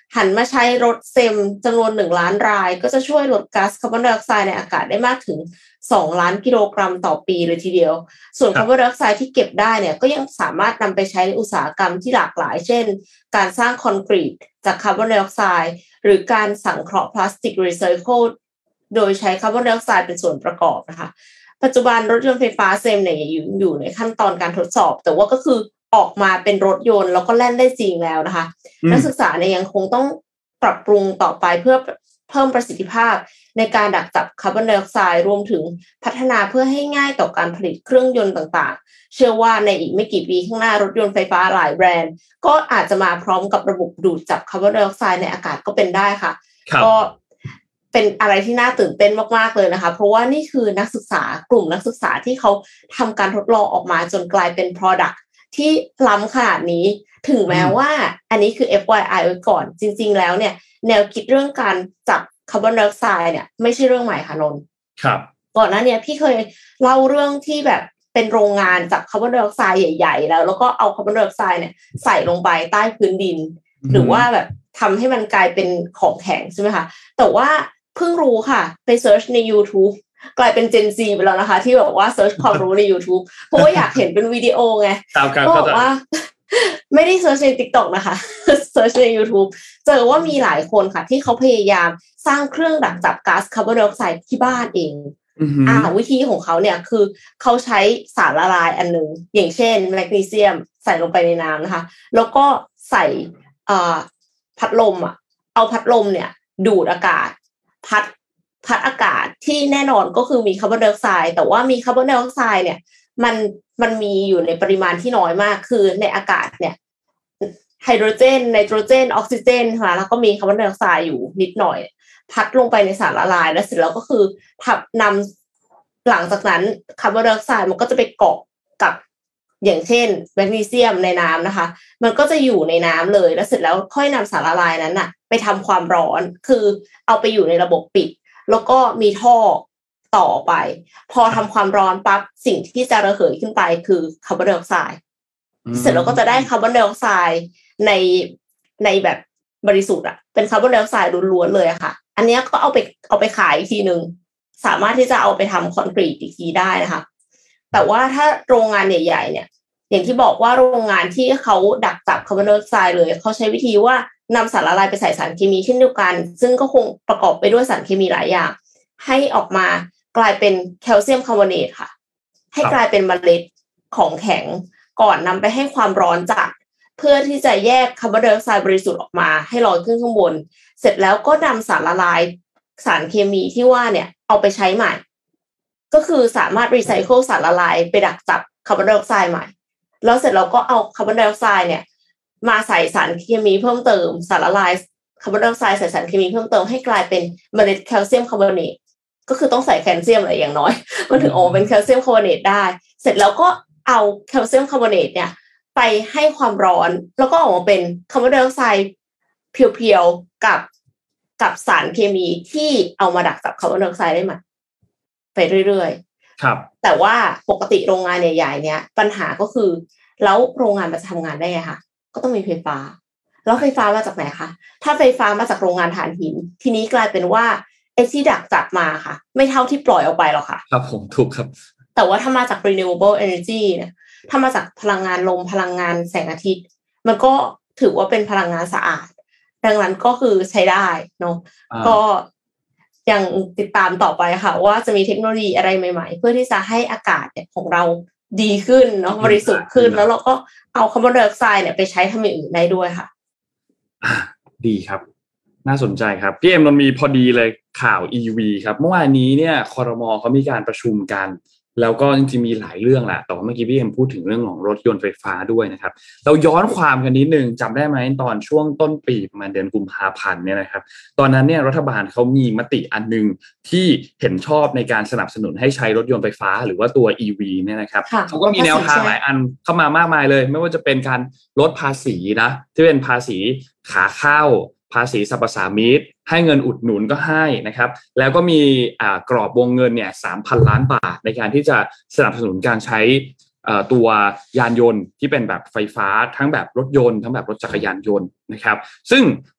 หันมาใช้รถเซมจำนวนหนึ่งล้านรายก็จะช่วยลดก๊าซคาร์บอนไดออกไซด์ในอากาศได้มากถึงสองล้านกิโลกรัมต่อปีเลยทีเดียวส่วนคาร์บอนไดออกไซด์ที่เก็บได้เนี่ยก็ยังสามารถนำไปใช้ในอุตสาหกรรมที่หลากหลายเช่นการสร้างคอนกรีตจากคาร์บอนไดออกไซด์หรือการสังเคราะห์พลาสติกรีไซเคิลโดยใช้คาร์บอนไดออกไซด์เป็นส่วนประกอบนะคะปัจจุบันรถยนต์ไฟฟ้าเซมเนี่ยอยู่อยู่ในขั้นตอนการทดสอบแต่ว่าก็คือออกมาเป็นรถยนต์แล้วก็แล่นได้จริงแล้วนะคะนักศึกษาเนี่ยยังคงต้องปรับปรุงต่อไปเพื่อเพิ่มประสิทธิภาพในการดักจับคาร์บอนไดออกไซด์รวมถึงพัฒนาเพื่อให้ง่ายต่อการผลิตเครื่องยนต์ต่างๆเชื่อว่าในอีกไม่กี่ปีข้างหน้ารถยนต์ไฟฟ้าหลายแบรนด์ก็อาจจะมาพร้อมกับระบบดูดจับคาร์บอนไดออกไซด์ในอากาศก็เป็นได้ค่ะก็เป็นอะไรที่น่าตื่นเต้นมากๆเลยนะคะเพราะว่านี่คือนักศึกษากลุ่มนักศึกษาที่เขาทำการทดลองออกมาจนกลายเป็น product ที่ล้ำขนาดนี้ถึงแม้ว่าอันนี้คือ เอฟ วาย ไอ ไว้ก่อนจริงๆแล้วเนี่ยแนวคิดเรื่องการจับคาร์บอนไดออกไซด์เนี่ยไม่ใช่เรื่องใหม่ค่ะนนท์ครับก่อนหน้านี้พี่เคยเล่าเรื่องที่แบบเป็นโรงงานจับคาร์บอนไดออกไซด์ใหญ่ๆแล้วแล้วก็เอาคาร์บอนไดออกไซด์เนี่ยใส่ลงไปใต้พื้นดินหรือว่าแบบทำให้มันกลายเป็นของแข็งใช่ไหมคะแต่ว่าเพิ่งรู้ค่ะไปเซิร์ชใน YouTube กลายเป็น Gen Z ไปแล้วนะคะที่แบบว่าเซิร์ชความรู้ใน YouTube เพราะว่าอยากเห็นเป็นวิดีโอไงก็บอกว่าไม่ได้เซิร์ชใน TikTok นะคะเซิร์ชใน YouTube เจอว่ามีหลายคนค่ะที่เขาพยายามสร้างเครื่องดักจับก๊าซคาร์บอนไดออกไซด์ที่บ้านเองอ่าวิธีของเขาเนี่ยคือเขาใช้สารละลายอันนึงอย่างเช่นแมกนีเซียมใส่ลงไปในน้ำนะคะแล้วก็ใส่อ่าพัดลมอ่ะเอาพัดลมเนี่ยดูดอากาศพัดพัดอากาศที่แน่นอนก็คือมีคาร์บอนไดออกไซด์แต่ว่ามีคาร์บอนไดออกไซด์เนี่ยมันมันมีอยู่ในปริมาณที่น้อยมากคือในอากาศเนี่ยไฮโดรเจนไนโตรเจนออกซิเจนค่ะแล้วก็มีคาร์บอนไดออกไซด์อยู่นิดหน่อยพัดลงไปในสารละลายแล้วเสร็จแล้วก็คือทับนำหลังจากนั้นคาร์บอนไดออกไซด์มันก็จะไปเกาะกับอย่างเช่นแมกนีเซียมในน้ำนะคะมันก็จะอยู่ในน้ำเลยแล้วเสร็จแล้วค่อยนำสารละลายนั้นน่ะไปทำความร้อนคือเอาไปอยู่ในระบบปิดแล้วก็มีท่อต่อไปพอทำความร้อนปั๊บสิ่งที่จะระเหยขึ้นไปคือคาร์บอนไดออกไซด์เสร็จแล้วก็จะได้คาร์บอนไดออกไซด์ในในแบบบริสุทธิ์อะเป็นคาร์บอนไดออกไซด์ล้วนๆเลยอะค่ะอันนี้ก็เอาไปเอาไปขายอีกทีนึงสามารถที่จะเอาไปทำคอนกรีตอีกทีได้นะคะแต่ว่าถ้าโรงงานใหญ่ๆเนี่ยอย่างที่บอกว่าโรงงานที่เขาดักจับคาร์บอนไดออกไซด์เลยเขาใช้วิธีว่านำสารละลายไปใส่สารเคมีเช่นเดียวกันซึ่งก็คงประกอบไปด้วยสารเคมีหลายอย่างให้ออกมากลายเป็นแคลเซียมคาร์บอเนตค่ะให้กลายเป็นเมล็ดของแข็งก่อนนำไปให้ความร้อนจัดเพื่อที่จะแยกคาร์บอนไดออกไซด์บริสุทธิ์ออกมาให้ลอยขึ้นข้างบนเสร็จแล้วก็นำสารละลายสารเคมีที่ว่าเนี่ยเอาไปใช้ใหม่ก็คือสามารถรีไซเคิลสารละลายไปดักจับคาร์บอนไดออกไซด์ใหม่แล้วเสร็จเราก็เอาคาร์บอนไดออกไซด์เนี่ยมาใส่สารเคมีเพิ่มเติมสารละลายคาร์บอนไดออกไซด์ใส่สารเคมีเพิ่มเติมให้กลายเป็นเมล็ดแคลเซียมคาร์บอเนตก็คือต้องใส่แคลเซียมอะไรอย่างน้อยมันถึงออกเป็นแคลเซียมคาร์บอเนตได้เสร็จแล้วก็เอาแคลเซียมคาร์บอเนตเนี่ยไปให้ความร้อนแล้วก็ออกมาเป็นคาร์บอนไดออกไซด์เพียวๆกับกับสารเคมีที่เอามาดักจับคาร์บอนไดออกไซด์ได้ใหม่ไปเรื่อยๆครับแต่ว่าปกติโรงงานใหญ่ๆเนี่ยปัญหาก็คือแล้วโรงงานมันจะทำงานได้ไงคะก็ต้องมีไฟฟ้าแล้วไฟฟ้ามาจากไหนคะถ้าไฟฟ้ามาจากโรงงานถ่านหินทีนี้กลายเป็นว่าไอ้ที่ดักจับมาค่ะไม่เท่าที่ปล่อยออกไปหรอกค่ะครับผมถูกครับแต่ว่าถ้ามาจาก renewable energy เนี่ยถ้ามาจากพลังงานลมพลังงานแสงอาทิตย์มันก็ถือว่าเป็นพลังงานสะอาดดังนั้นก็คือใช้ได้เนาะก็ยังติดตามต่อไปค่ะว่าจะมีเทคโนโลยีอะไรใหม่ๆเพื่อที่จะให้อากาศเนี่ยของเราดีขึ้นเนาะบริสุทธิ์ขึ้นแล้วเราก็เอาคาร์บอนไดออกไซด์เนี่ยไปใช้ทำอย่างอื่นได้ด้วยค่ะดีครับน่าสนใจครับพี่เอ็มนนมีพอดีเลยข่าว อี วี ครับเมื่อวานนี้เนี่ยครม.เขามีการประชุมกันแล้วก็จริงๆมีหลายเรื่องแหละแต่ว่าเมื่อกี้พี่เอ็มพูดถึงเรื่องของรถยนต์ไฟฟ้าด้วยนะครับเราย้อนความกันนิดนึงจำได้ไหมตอนช่วงต้นปีประมาณเดือนกุมภาพันธ์เนี่ยนะครับตอนนั้นเนี่ยรัฐบาลเขามีมติอันนึงที่เห็นชอบในการสนับสนุนให้ใช้รถยนต์ไฟฟ้าหรือว่าตัว อี วี เนี่ยนะครับเขาก็มีแนวทางหลายอันเข้ามามากมายเลยไม่ว่าจะเป็นการลดภาษีนะที่เป็นภาษีขาเข้าภาษีสรรพสามิตให้เงินอุดหนุนก็ให้นะครับแล้วก็มีอ่ากรอบวงเงินเนี่ย สามพัน ล้านบาทในการที่จะสนับสนุนการใช้ตัวยานยนต์ที่เป็นแบบไฟฟ้าทั้งแบบรถยนต์ทั้งแบบรถจักรยานยนต์นะครับซึ่ง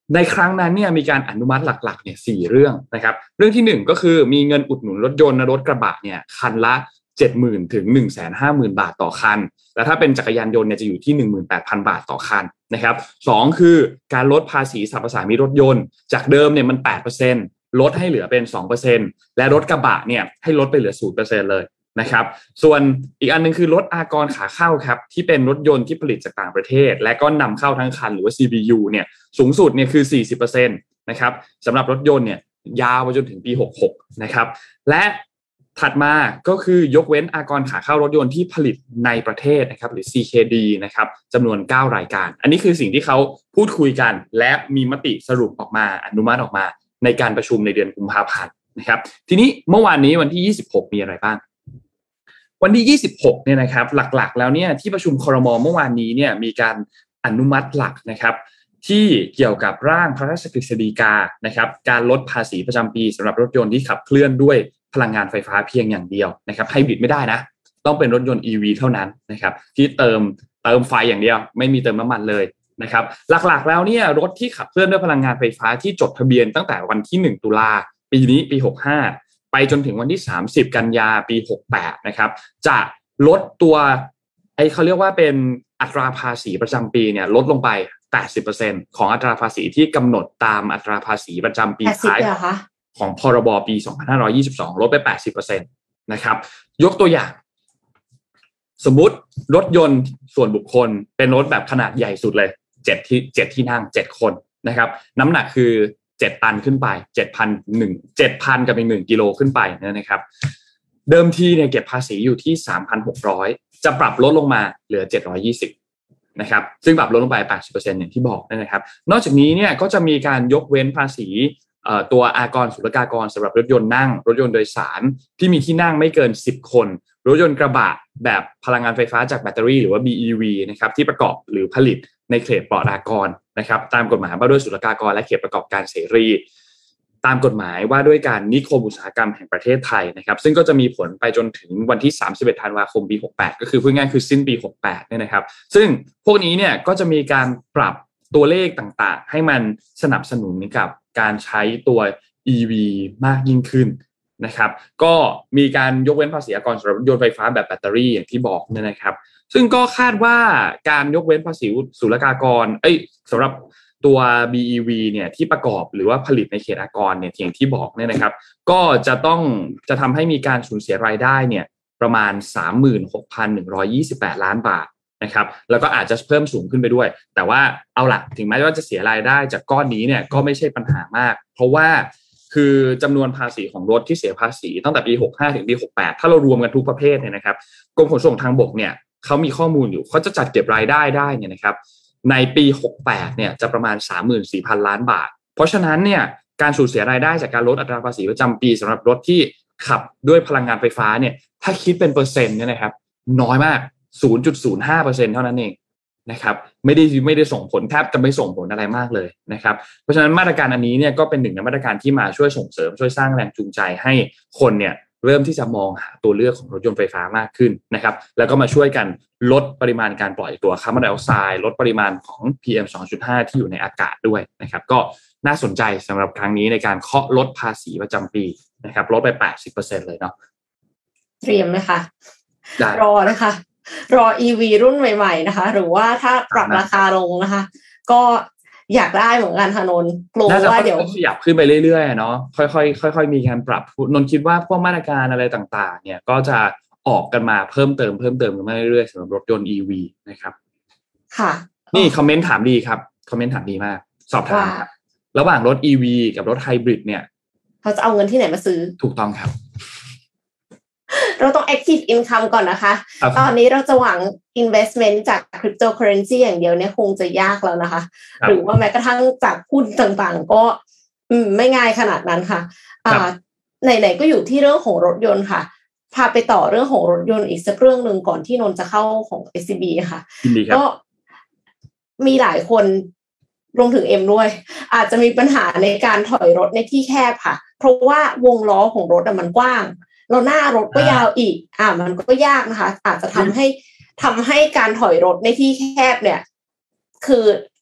ในครั้งนั้นเนี่ยมีการอนุมัติหลักๆเนี่ยสี่เรื่องนะครับเรื่องที่หนึ่งก็คือมีเงินอุดหนุนรถยนต์รถกระบะเนี่ยคันละ เจ็ดหมื่น ถึง หนึ่งแสนห้าหมื่น บาทต่อคันและถ้าเป็นจักรยานยนต์เนี่ยจะอยู่ที่ หนึ่งหมื่นแปดพัน บาทต่อคันนะครับสองคือการลดภาษีสรรพสามิตรถยนต์จากเดิมเนี่ยมัน แปดเปอร์เซ็นต์ ลดให้เหลือเป็น สองเปอร์เซ็นต์ และรถกระบะเนี่ยให้ลดไปเหลือ ศูนย์เปอร์เซ็นต์ เลยนะครับส่วนอีกอันนึงคือรถอากรขาเข้าครับที่เป็นรถยนต์ที่ผลิตจากต่างประเทศและก็นำเข้าทั้งคันหรือว่า ซี บี ยู เนี่ยสูงสุดเนี่ยคือ สี่สิบเปอร์เซ็นต์ นะครับสำหรับรถยนต์เนี่ยยาวไปจนถึงปีหกสิบหกนะครับและถัดมาก็คือยกเว้นอากรขาเข้ารถยนต์ที่ผลิตในประเทศนะครับหรือ ซี เค ดี นะครับจำนวนเก้ารายการอันนี้คือสิ่งที่เขาพูดคุยกันและมีมติสรุปออกมาอนุมัติออกมาในการประชุมในเดือนกุมภาพันธ์นะครับทีนี้เมื่อวานนี้วันที่ยี่สิบหกมีอะไรบ้างวันที่ยี่สิบหกเนี่ยนะครับหลักๆแล้วเนี่ยที่ประชุมครม.เมื่อวานนี้เนี่ยมีการอนุมัติหลักนะครับที่เกี่ยวกับร่างพระราชกฤษฎีกานะครับการลดภาษีประจำปีสำหรับรถยนต์ที่ขับเคลื่อนด้วยพลังงานไฟฟ้าเพียงอย่างเดียวนะครับไฮบริดไม่ได้นะต้องเป็นรถยนต์ อี วี เท่านั้นนะครับที่เติมเติมไฟอย่างเดียวไม่มีเติมน้ำมันเลยนะครับหลักๆแล้วเนี่ยรถที่ขับเคลื่อนด้วยพลังงานไฟฟ้าที่จดทะเบียนตั้งแต่วันที่หนึ่งตุลาปีนี้ปีหกสิบห้าไปจนถึงวันที่สามสิบกันยาปีหกสิบแปดนะครับจะลดตัวไอ้เขาเรียกว่าเป็นอัตราภาษีประจำปีเนี่ยลดลงไป แปดสิบเปอร์เซ็นต์ ของอัตราภาษีที่กำหนดตามอัตราภาษีประจำปีท้ายของพรบปีสองพันห้าร้อยยี่สิบสองลดไป แปดสิบเปอร์เซ็นต์ นะครับยกตัวอย่างสมมุติรถยนต์ส่วนบุคคลเป็นรถแบบขนาดใหญ่สุดเลยเจ็ดที่เจ็ดที่นั่งเจ็ดคนนะครับน้ำหนักคือเจ็ดตันขึ้นไป เจ็ดพัน หนึ่ง เจ็ดพัน กับอีกหนึ่งกิโลขึ้นไปนะครับเดิมทีเนี่ยเก็บภาษีอยู่ที่ สามพันหกร้อย จะปรับลดลงมาเหลือเจ็ดร้อยยี่สิบนะครับซึ่งปรับลดลงไป แปดสิบเปอร์เซ็นต์ อย่างที่บอกนะครับนอกจากนี้เนี่ยก็จะมีการยกเว้นภาษีตัวอากรศุลกากรสำหรับรถยนต์นั่งรถยนต์โดยสารที่มีที่นั่งไม่เกินสิบคนรถยนต์กระบะแบบพลังงานไฟฟ้าจากแบตเตอรี่หรือว่า บี อี วี นะครับที่ประกอบหรือผลิตในเขตปลอดอากรนะครับตามกฎหมายว่าด้วยศุลกากรและเขตประกอบการเสรีตามกฎหมายว่าด้วยการนิคมอุตสาหกรรมแห่งประเทศไทยนะครับซึ่งก็จะมีผลไปจนถึงวันที่สามสิบเอ็ดธันวาคมปีหกสิบแปดก็คือพูดง่ายๆคือสิ้นปีหกสิบแปดเนี่ยนะครับซึ่งพวกนี้เนี่ยก็จะมีการปรับตัวเลขต่างๆให้มันสนับสนุนกับการใช้ตัว อี วี มากยิ่งขึ้นนะครับก็มีการยกเว้นภาษีอากรสำหรับรถยนต์ไฟฟ้าแบบแบตเตอรี่อย่างที่บอกเนี่ยนะครับซึ่งก็คาดว่าการยกเว้นภาษีศุลกากรเอ้ยสำหรับตัว บี อี วี เนี่ยที่ประกอบหรือว่าผลิตในเขตอากรเนี่ยอย่างที่บอกเนี่ยนะครับก็จะต้องจะทำให้มีการสูญเสียรายได้เนี่ยประมาณ สามหมื่นหกพันหนึ่งร้อยยี่สิบแปด ล้านบาทนะครับแล้วก็อาจจะเพิ่มสูงขึ้นไปด้วยแต่ว่าเอาล่ะถึงแม้ว่าจะเสียรายได้จากก้อนนี้เนี่ยก็ไม่ใช่ปัญหามากเพราะว่าคือจำนวนภาษีของรถที่เสียภาษีตั้งแต่ปีหกสิบห้าถึงปีหกสิบแปดถ้าเรารวมกันทุกประเภทเนี่ยนะครับกรมขนส่งทางบกเนี่ยเขามีข้อมูลอยู่เขาจะจัดเก็บรายได้ได้เนี่ยนะครับในปีหกสิบแปดเนี่ยจะประมาณ สามหมื่นสี่พัน ล้านบาทเพราะฉะนั้นเนี่ยการสูญเสียรายได้จากการลดอัตราภาษีประจำปีสำหรับรถที่ขับด้วยพลังงานไฟฟ้าเนี่ยถ้าคิดเป็นเปอร์เซ็นต์เนี่ยนะครับน้อยมาก ศูนย์จุดศูนย์ห้าเปอร์เซ็นต์ เท่านั้นเองนะครับไม่ได้ไม่ได้ส่งผลแทบจะไม่ส่งผลอะไรมากเลยนะครับเพราะฉะนั้นมาตรการอันนี้เนี่ยก็เป็นหนึ่งในมาตรการที่มาช่วยส่งเสริมช่วยสร้างแรงจูงใจให้คนเนี่ยเริ่มที่จะมองหาตัวเลือกของรถยนต์ไฟฟ้ามากขึ้นนะครับแล้วก็มาช่วยกันลดปริมาณการปล่อยตัวคาร์บอนไดออกไซด์ลดปริมาณของ พี เอ็ม สองจุดห้า ที่อยู่ในอากาศด้วยนะครับก็น่าสนใจสำหรับครั้งนี้ในการเคาะลดภาษีประจำปีนะครับลดไป แปดสิบเปอร์เซ็นต์ เลยเนาะเตรียมนะคะรอนะคะรอ อี วี รุ่นใหม่ๆนะคะหรือว่าถ้าปรับราคาลงนะคะก็อยากได้เหมือนกันค่ะนนท์กลัวว่าเดี๋ยวขยับขึ้นไปเรื่อยๆเนาะค่อยๆค่อยๆมีการปรับนนท์คิดว่าพวกมาตรการอะไรต่างๆเนี่ยก็จะออกกันมาเพิ่มเติมเพิ่มเติมกันมาเรื่อยๆสำหรับรถยนต์ อี วี นะครับค่ะนี่คอมเมนต์ถามดีครับคอมเมนต์ถามดีมากสอบถามครับระหว่างรถ อี วี กับรถไฮบริดเนี่ยเขาจะเอาเงินที่ไหนมาซื้อถูกต้องครับเราต้อง active income ก่อนนะคะตอนนี้เราจะหวัง investment จาก cryptocurrency อย่างเดียวเนี่ยคงจะยากแล้วนะคะหรือว่าแม้กระทั่งจากหุ้นต่างๆก็ไม่ง่ายขนาดนั้นค่ะไหนๆก็อยู่ที่เรื่องของรถยนต์ค่ะพาไปต่อเรื่องของรถยนต์อีกสักเรื่องนึงก่อนที่นนท์จะเข้าของ เอส ซี บี ค่ะก็มีหลายคนรวมถึงเอ็มด้วยอาจจะมีปัญหาในการถอยรถในที่แคบค่ะเพราะว่าวงล้อของรถมันกว้างเราหน้ารถก็ยาวอีกอ่ามันก็ยากนะคะอาจจะทำให้ทำให้การถอยรถในที่แคบเนี่ยคือ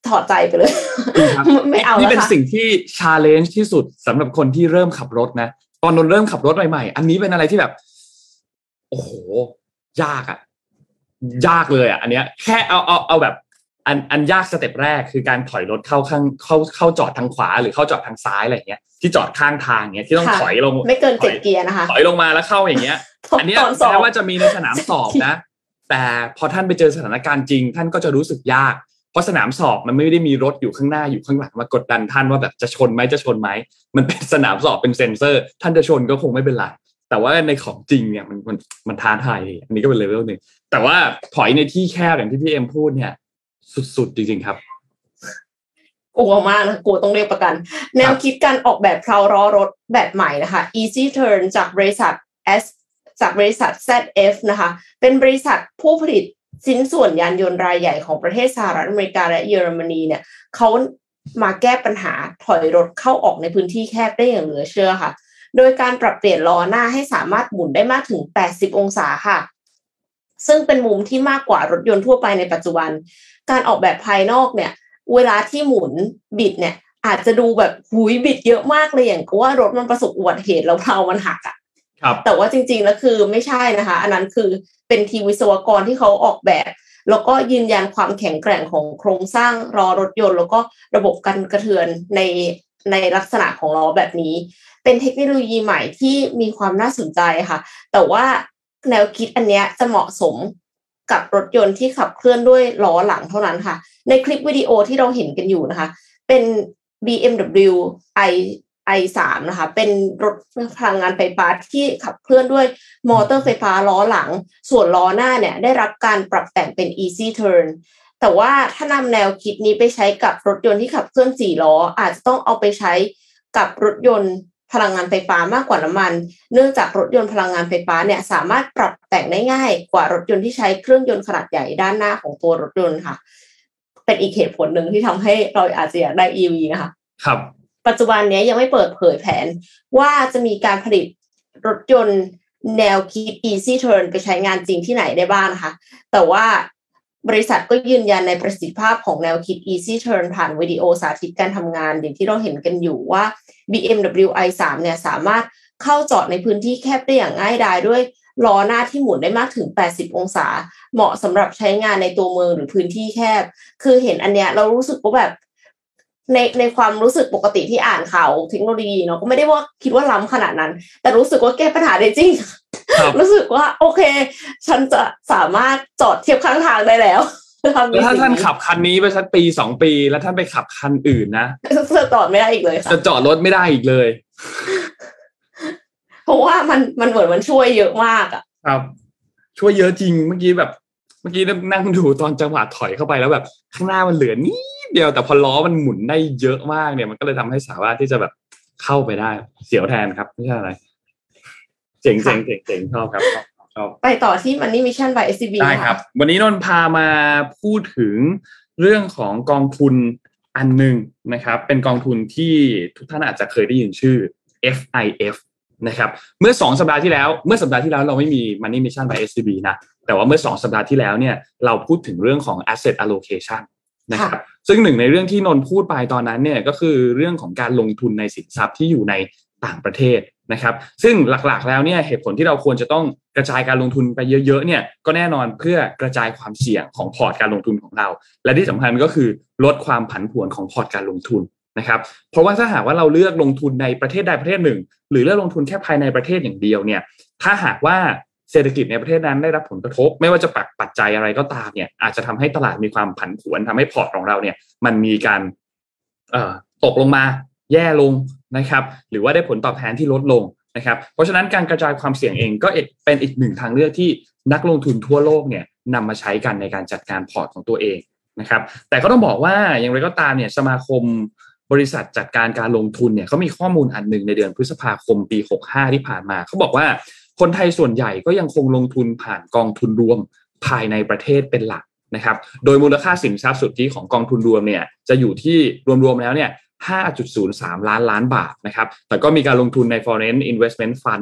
ถอดใจไปเลยไม่เอาแล้วนี่เป็นสิ่งที่ challenge ที่สุดสำหรับคนที่เริ่มขับรถนะตอนนนเริ่มขับรถใหม่ๆอันนี้เป็นอะไรที่แบบโอ้โหยากอ่ะยากเลยอ่ะอันเนี้ยแค่เอาเอาเอาแบบอันอันยากสเต็ปแรกคือการถอยรถเข้าข้างเข้าเข้าจอดทางขวาหรือเข้าจอดทางซ้ายอะไรอย่างเงี้ยที่จอดข้างทางเงี้ยที่ต้องถอยลงไม่เกินเจ็ดเกียร์นะคะถอยลงมาแล้วเข้าอย่างเงี้ยอันเนี้ยแม้ว่าจะมีในสนามสอบนะแต่พอท่านไปเจอสถานการณ์จริงท่านก็จะรู้สึกยากเพราะสนามสอบมันไม่ได้มีรถอยู่ข้างหน้าอยู่ข้างหลังมากดดันท่านว่าแบบจะชนไหมจะชนไหมมันเป็นสนามสอบเป็นเซ็นเซอร์ท่านจะชนก็คงไม่เป็นไรแต่ว่าในของจริงเนี่ยมันมันมันท้าทายอันนี้ก็เป็นเลเวลหนึ่งแต่ว่าถอยในที่แคบอย่างที่พี่เอ็มพูดเนี่ยสุดๆจริงๆครับกลัวมากนะกลัวต้องเรียกประกันแนวคิดการออกแบบเพลาล้อรถแบบใหม่นะคะ Easy Turn จากบริษัท S จากบริษัท แซด เอฟ นะคะเป็นบริษัทผู้ผลิตชิ้นส่วนยานยนต์รายใหญ่ของประเทศสหรัฐอเมริกาและเยอรมนีเนี่ยเขามาแก้ปัญหาถอยรถเข้าออกในพื้นที่แคบได้อย่างเหลือเชื่อค่ะโดยการปรับเปลี่ยนล้อหน้าให้สามารถหมุนได้มากถึงแปดสิบองศาค่ะซึ่งเป็นมุมที่มากกว่ารถยนต์ทั่วไปในปัจจุบันการออกแบบภายนอกเนี่ยเวลาที่หมุนบิดเนี่ยอาจจะดูแบบหุยบิดเยอะมากเลยอย่างกับว่ารถมันประสบอุบัติเหตุแล้วเพลามันหักอ่ะแต่ว่าจริงๆแล้วคือไม่ใช่นะคะอันนั้นคือเป็นทีมวิศวกรที่เขาออกแบบแล้วก็ยืนยันความแข็งแกร่งของโครงสร้างล้อรถยนต์แล้วก็ระบบกันกระเทือนในในลักษณะของล้อแบบนี้เป็นเทคโนโลยีใหม่ที่มีความน่าสนใจค่ะแต่ว่าแนวคิดอันเนี้ยจะเหมาะสมกับรถยนต์ที่ขับเคลื่อนด้วยล้อหลังเท่านั้นค่ะในคลิปวิดีโอที่เราเห็นกันอยู่นะคะเป็น บี เอ็ม ดับเบิลยู i ไอ สาม นะคะเป็นรถพลังงานไฟฟ้าที่ขับเคลื่อนด้วยมอเตอร์ไฟฟ้าล้อหลังส่วนล้อหน้าเนี่ยได้รับการปรับแต่งเป็น Easy Turn แต่ว่าถ้านำแนวคิดนี้ไปใช้กับรถยนต์ที่ขับเคลื่อนสี่ล้ออาจจะต้องเอาไปใช้กับรถยนต์พลังงานไฟฟ้ามากกว่าน้ำมันเนื่องจากรถยนต์พลังงานไฟฟ้าเนี่ยสามารถปรับแต่งได้ง่ายกว่ารถยนต์ที่ใช้เครื่องยนต์ขนาดใหญ่ด้านหน้าของตัวรถยนต์ค่ะเป็นอีกเหตุผลหนึ่งที่ทำให้เราอาจจะอยากได้ อี วี นะคะครับปัจจุบันนี้ยังไม่เปิดเผยแผนว่าจะมีการผลิตรถยนต์แนวคิด Easy Turn ไปใช้งานจริงที่ไหนได้บ้างนะคะแต่ว่าบริษัทก็ยืนยันในประสิทธิภาพของแนวคิด Easy Turn ผ่านวิดีโอสาธิตการทำงานอย่างที่เราเห็นกันอยู่ว่า บี เอ็ม ดับเบิลยู ไอ สาม เนี่ยสามารถเข้าจอดในพื้นที่แคบได้อย่างง่ายดายด้วยล้อหน้าที่หมุนได้มากถึงแปดสิบองศาเหมาะสำหรับใช้งานในตัวเมืองหรือพื้นที่แคบคือเห็นอันเนี้ยเรารู้สึกว่าแบบในในความรู้สึกปกติที่อ่านข่าวเทคโนโลยีเนาะก็ไม่ได้ว่าคิดว่าล้ำขนาดนั้นแต่รู้สึกว่าแก้ปัญหาได้จริง รู้สึกว่าโอเคฉันจะสามารถจอดเทียบข้างทางได้แล้วแล้วถ้าท่านขับคันนี้ไปสักปีสองปีแล้วท่านไปขับคันอื่นนะจะจอดไม่ได้อีกเลยค่ะจะจอดรถไม่ได้อีกเลยเพราะว่ามันมันเหมือนมันช่วยเยอะมากอ่ะครับช่วยเยอะจริงเมื่อกี้แบบเมื่อกี้นั่งดูตอนจังหวะถอยเข้าไปแล้วแบบข้างหน้ามันเหลือนิดเดียวแต่พอล้อมันหมุนได้เยอะมากเนี่ยมันก็เลยทำให้สามารถที่จะแบบเข้าไปได้เสียวแทนครับไม่ใช่อะไรเจ๋งเจ๋งเจ๋งเจ๋งชอบครับไปต่อที่ Money Mission by เอส ซี บีได้ครับวันนี้นนท์พามาพูดถึงเรื่องของกองทุนอันนึงนะครับเป็นกองทุนที่ทุกท่านอาจจะเคยได้ยินชื่อ เอฟ ไอ เอฟ นะครับเมื่อสองสัปดาห์ที่แล้วเมื่อสัปดาห์ที่แล้วเราไม่มี Money Mission by เอส ซี บี นะแต่ว่าเมื่อสองสัปดาห์ที่แล้วเนี่ยเราพูดถึงเรื่องของ Asset Allocation นะครับซึ่งหนึ่งในเรื่องที่นนท์พูดไปตอนนั้นเนี่ยก็คือเรื่องของการลงทุนในสินทรัพย์ที่อยู่ในต่างประเทศนะครับซึ่งหลักๆแล้วเนี่ยเหตุผลที่เราควรจะต้องกระจายการลงทุนไปเยอะๆเนี่ยก็แน่นอนเพื่อกระจายความเสี่ยงของพอร์ตการลงทุนของเราและที่สำคัญก็คือลดความผันผวนของพอร์ตการลงทุนนะครับเพราะว่าถ้าหากว่าเราเลือกลงทุนในประเทศใดประเทศหนึ่งหรือเลือกลงทุนแค่ภายในประเทศอย่างเดียวเนี่ยถ้าหากว่าเศรษฐกิจในประเทศนั้นได้รับผลกระทบไม่ว่าจะปักปัจจัยอะไรก็ตามเนี่ยอาจจะทำให้ตลาดมีความผันผวนทำให้พอร์ตของเราเนี่ยมันมีการเอ่อตกลงมาแย่ลงนะครับหรือว่าได้ผลตอบแทนที่ลดลงนะครับเพราะฉะนั้นการกระจายความเสี่ยงเองก็เป็นอีกหนึ่งทางเลือกที่นักลงทุนทั่วโลกเนี่ยนำมาใช้กันในการจัดการพอร์ตของตัวเองนะครับแต่ก็ต้องบอกว่าอย่างไรก็ตามเนี่ยสมาคมบริษัทจัดการการลงทุนเนี่ยเขามีข้อมูลอันนึงในเดือนพฤษภาคมปีหกสิบห้าที่ผ่านมาเขาบอกว่าคนไทยส่วนใหญ่ก็ยังคงลงทุนผ่านกองทุนรวมภายในประเทศเป็นหลักนะครับโดยมูลค่าสินทรัพย์สุทธิของกองทุนรวมเนี่ยจะอยู่ที่รวมๆแล้วเนี่ย ห้าจุดศูนย์สาม ล้านล้านบาทนะครับแต่ก็มีการลงทุนใน Foreign Investment Fund เนี่ย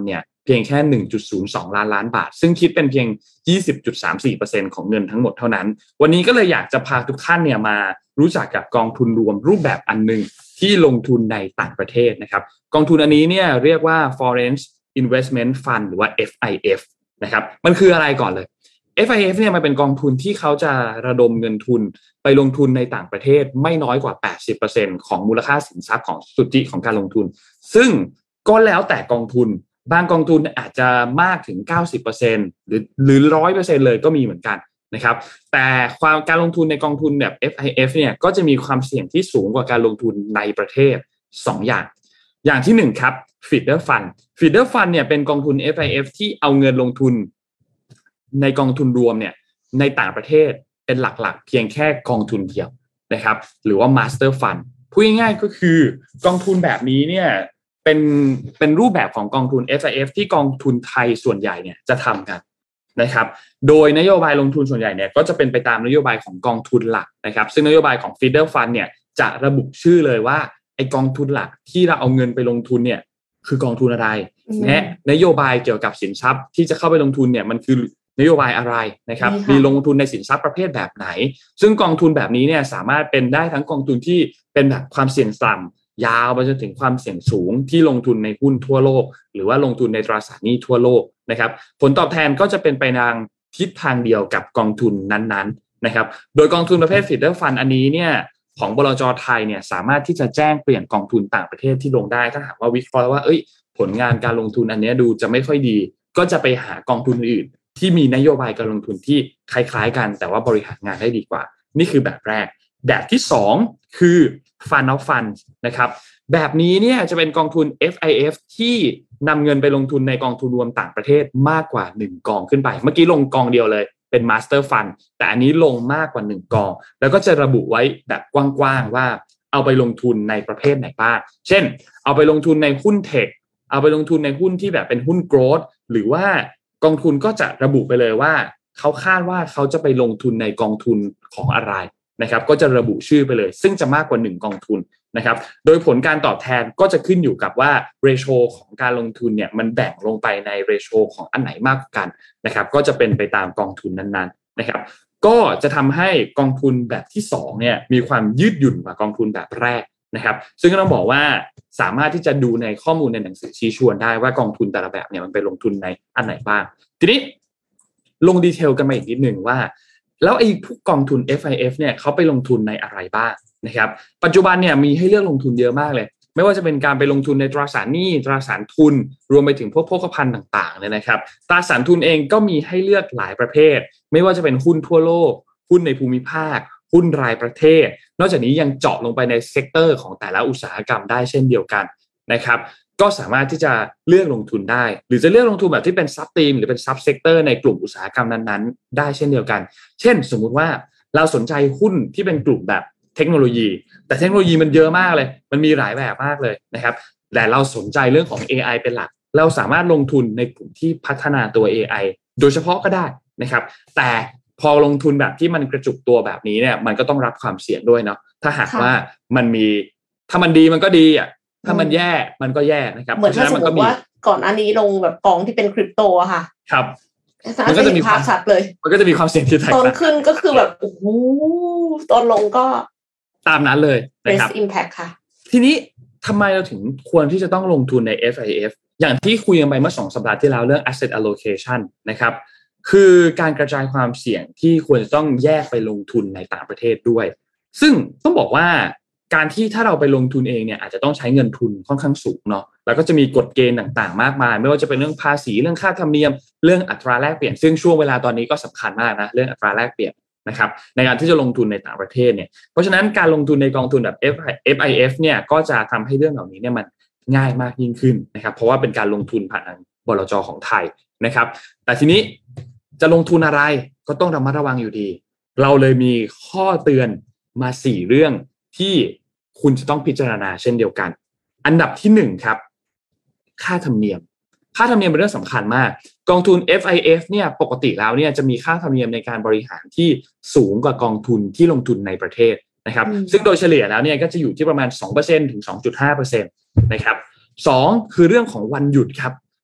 เพียงแค่ หนึ่งจุดศูนย์สอง ล้านล้านบาทซึ่งคิดเป็นเพียง ยี่สิบจุดสามสี่เปอร์เซ็นต์ ของเงินทั้งหมดเท่านั้นวันนี้ก็เลยอยากจะพาทุกท่านเนี่ยมารู้จักกับกองทุนรวมรูปแบบอันนึงที่ลงทุนในต่างประเทศนะครับกองทุนอันนี้เนี่ยเรียกว่า Foreign Investment Fund หรือว่า เอฟ ไอ เอฟ นะครับมันคืออะไรก่อนเลย เอฟ ไอ เอฟ เนี่ยมันเป็นกองทุนที่เขาจะระดมเงินทุนไปลงทุนในต่างประเทศไม่น้อยกว่า แปดสิบเปอร์เซ็นต์ ของมูลค่าสินทรัพย์ของสุทธิของการลงทุนซึ่งก็แล้วแต่กองทุนบางกองทุนอาจจะมากถึง เก้าสิบเปอร์เซ็นต์ หรือหรือ หนึ่งร้อยเปอร์เซ็นต์ เลยก็มีเหมือนกันนะครับแต่ความการลงทุนในกองทุนแบบ เอฟ ไอ เอฟ เนี่ยก็จะมีความเสี่ยงที่สูงกว่าการลงทุนในประเทศสองอย่างอย่างที่หนึ่งครับ Feeder Fund Feeder Fund เนี่ยเป็นกองทุน เอฟ ไอ เอฟ ที่เอาเงินลงทุนในกองทุนรวมเนี่ยในต่างประเทศเป็นหลักๆเพียงแค่กองทุนเดียวนะครับหรือว่า Master Fund พูดง่ายๆก็คือกองทุนแบบนี้เนี่ยเป็นเป็นรูปแบบของกองทุน เอฟ ไอ เอฟ ที่กองทุนไทยส่วนใหญ่เนี่ยจะทำกันนะครับโดยนโยบายลงทุนส่วนใหญ่เนี่ยก็จะเป็นไปตามนโยบายของกองทุนหลักนะครับซึ่งนโยบายของ Feeder Fund เนี่ยจะระบุชื่อเลยว่าไอกองทุนหลักที่เราเอาเงินไปลงทุนเนี่ยคือกองทุนอะไรและนโยบายเกี่ยวกับสินทรัพย์ที่จะเข้าไปลงทุนเนี่ยมันคือนโยบายอะไรนะครับมีลงทุนในสินทรัพย์ประเภทแบบไหนซึ่งกองทุนแบบนี้เนี่ยสามารถเป็นได้ทั้งกองทุนที่เป็นแบบความเสี่ยงต่ำยาวไปจนถึงความเสี่ยงสูงที่ลงทุนในหุ้นทั่วโลกหรือว่าลงทุนในตราสารหนี้ทั่วโลกนะครับผลตอบแทนก็จะเป็นไปทางทิศทางเดียวกับกองทุนนั้นๆนะครับโดยกองทุนประเภท Feeder Fund อันนี้เนี่ยของบลจ.ไทยเนี่ยสามารถที่จะแจ้งเปลี่ยนกองทุนต่างประเทศที่ลงได้ถ้าหากว่าวิเคราะห์ว่าเอ้ยผลงานการลงทุนอันนี้ดูจะไม่ค่อยดีก็จะไปหากองทุนอื่นที่มีนโยบายการลงทุนที่คล้ายๆกันแต่ว่าบริหารงานได้ดีกว่านี่คือแบบแรกแบบที่สองคือ Fund of Funds นะครับแบบนี้เนี่ยจะเป็นกองทุน เอฟ ไอ เอฟ ที่นำเงินไปลงทุนในกองทุนรวมต่างประเทศมากกว่าหนึ่งกองขึ้นไปเมื่อกี้ลงกองเดียวเลยเป็น Master Fund แต่อันนี้ลงมากกว่าหนึ่งกองแล้วก็จะระบุไว้แบบกว้างๆว่าเอาไปลงทุนในประเภทไหนบ้างเช่นเอาไปลงทุนในหุ้นเทคเอาไปลงทุนในหุ้นที่แบบเป็นหุ้นโกรทหรือว่ากองทุนก็จะระบุไปเลยว่าเขาคาดว่าเขาจะไปลงทุนในกองทุนของอะไรนะครับก็จะระบุชื่อไปเลยซึ่งจะมากกว่าหนึ่งกองทุนนะครับโดยผลการตอบแทนก็จะขึ้นอยู่กับว่าเรโชของการลงทุนเนี่ยมันแบ่งลงไปในเรโชของอันไหนมากกว่ากันนะครับก็จะเป็นไปตามกองทุนนั้นๆนะครับก็จะทำให้กองทุนแบบที่สองเนี่ยมีความยืดหยุ่นกว่ากองทุนแบบแรกนะครับซึ่งก็ต้องบอกว่าสามารถที่จะดูในข้อมูลในหนังสือชี้ชวนได้ว่ากองทุนแต่ละแบบเนี่ยมันไปลงทุนในอันไหนบ้างทีนี้ลงดีเทลกันมาอีกนิดนึงว่าแล้วไอ้พวกกองทุน เอฟ ไอ เอฟ เนี่ยเขาไปลงทุนในอะไรบ้างนะครับปัจจุบันเนี่ยมีให้เลือกลงทุนเยอะมากเลยไม่ว่าจะเป็นการไปลงทุนในตราสารหนี้ตราสารทุนรวมไปถึงพวกโภคภัณฑ์ต่างๆเนี่ยนะครับตราสารทุนเองก็มีให้เลือกหลายประเภทไม่ว่าจะเป็นหุ้นทั่วโลกหุ้นในภูมิภาคหุ้นรายประเทศนอกจากนี้ยังเจาะลงไปในเซกเตอร์ของแต่ละอุตสาหกรรมได้เช่นเดียวกันนะครับก็สามารถที่จะเลือกลงทุนได้หรือจะเลือกลงทุนแบบที่เป็นซับธีมหรือเป็นซับเซกเตอร์ในกลุ่มอุตสาหกรรมนั้นๆได้เช่นเดียวกันเช่นสมมุติว่าเราสนใจหุ้นที่เป็นกลุ่มแบบเทคโนโลยีแต่เทคโนโลยีมันเยอะมากเลยมันมีหลายแบบมากเลยนะครับแต่เราสนใจเรื่องของ เอ ไอ เป็นหลักเราสามารถลงทุนในกลุ่มที่พัฒนาตัว เอ ไอ โดยเฉพาะก็ได้นะครับแต่พอลงทุนแบบที่มันกระจุกตัวแบบนี้เนี่ยมันก็ต้องรับความเสี่ยงด้วยเนาะถ้าหากว่ามันมีถ้ามันดีมันก็ดีอ่ะถ้ามันแย่มันก็แย่นะครับเหมือนถ้าสมมติว่าก่อนอันนี้ลงแบบกองที่เป็นคริปโตอะค่ะครับมันก็จะมีความชัดเลยมันก็จะมีความเสี่ยงที่แตกต่างตอนขึ้นก็คือแบบโอ้โหตอนลงก็ตามนั้นเลยนะครับ Risk Impact ค่ะทีนี้ทำไมเราถึงควรที่จะต้องลงทุนใน เอฟ ไอ เอฟ อย่างที่คุยกันไปเมื่อสองสัปดาห์ที่แล้วเรื่อง asset allocation นะครับคือการกระจายความเสี่ยงที่ควรจะต้องแยกไปลงทุนในต่างประเทศด้วยซึ่งต้องบอกว่าการที่ถ้าเราไปลงทุนเองเนี่ยอาจจะต้องใช้เงินทุนค่อนข้างสูงเนาะแล้วก็จะมีกฎเกณฑ์ต่างๆมากมายไม่ว่าจะเป็นเรื่องภาษีเรื่องค่าธรรมเนียมเรื่องอัตราแลกเปลี่ยนซึ่งช่วงเวลาตอนนี้ก็สำคัญมากนะเรื่องอัตราแลกเปลี่ยนนะครับในการที่จะลงทุนในต่างประเทศเนี่ยเพราะฉะนั้นการลงทุนในกองทุนแบบ เอฟ ไอ เอฟ เนี่ยก็จะทำให้เรื่องเหล่านี้เนี่ยมันง่ายมากยิ่งขึ้นนะครับเพราะว่าเป็นการลงทุนผ่านบลจ.ของไทยนะครับแต่ทีนี้จะลงทุนอะไรก็ต้องระมัดระวังอยู่ดีเราเลยมีข้อเตือนมาสี่เรื่องที่คุณจะต้องพิจารณาเช่นเดียวกันอันดับที่หนึ่งครับค่าธรรมเนียมค่าธรรมเนียมเป็นเรื่องสำคัญมากกองทุน เอฟ ไอ เอฟ เนี่ยปกติแล้วเนี่ยจะมีค่าธรรมเนียมในการบริหารที่สูงกว่ากองทุนที่ลงทุนในประเทศนะครับซึ่งโดยเฉลี่ยแล้วเนี่ยก็จะอยู่ที่ประมาณ สองเปอร์เซ็นต์ ถึง สองจุดห้าเปอร์เซ็นต์ นะครับสองคือเรื่องของวันหยุดครับ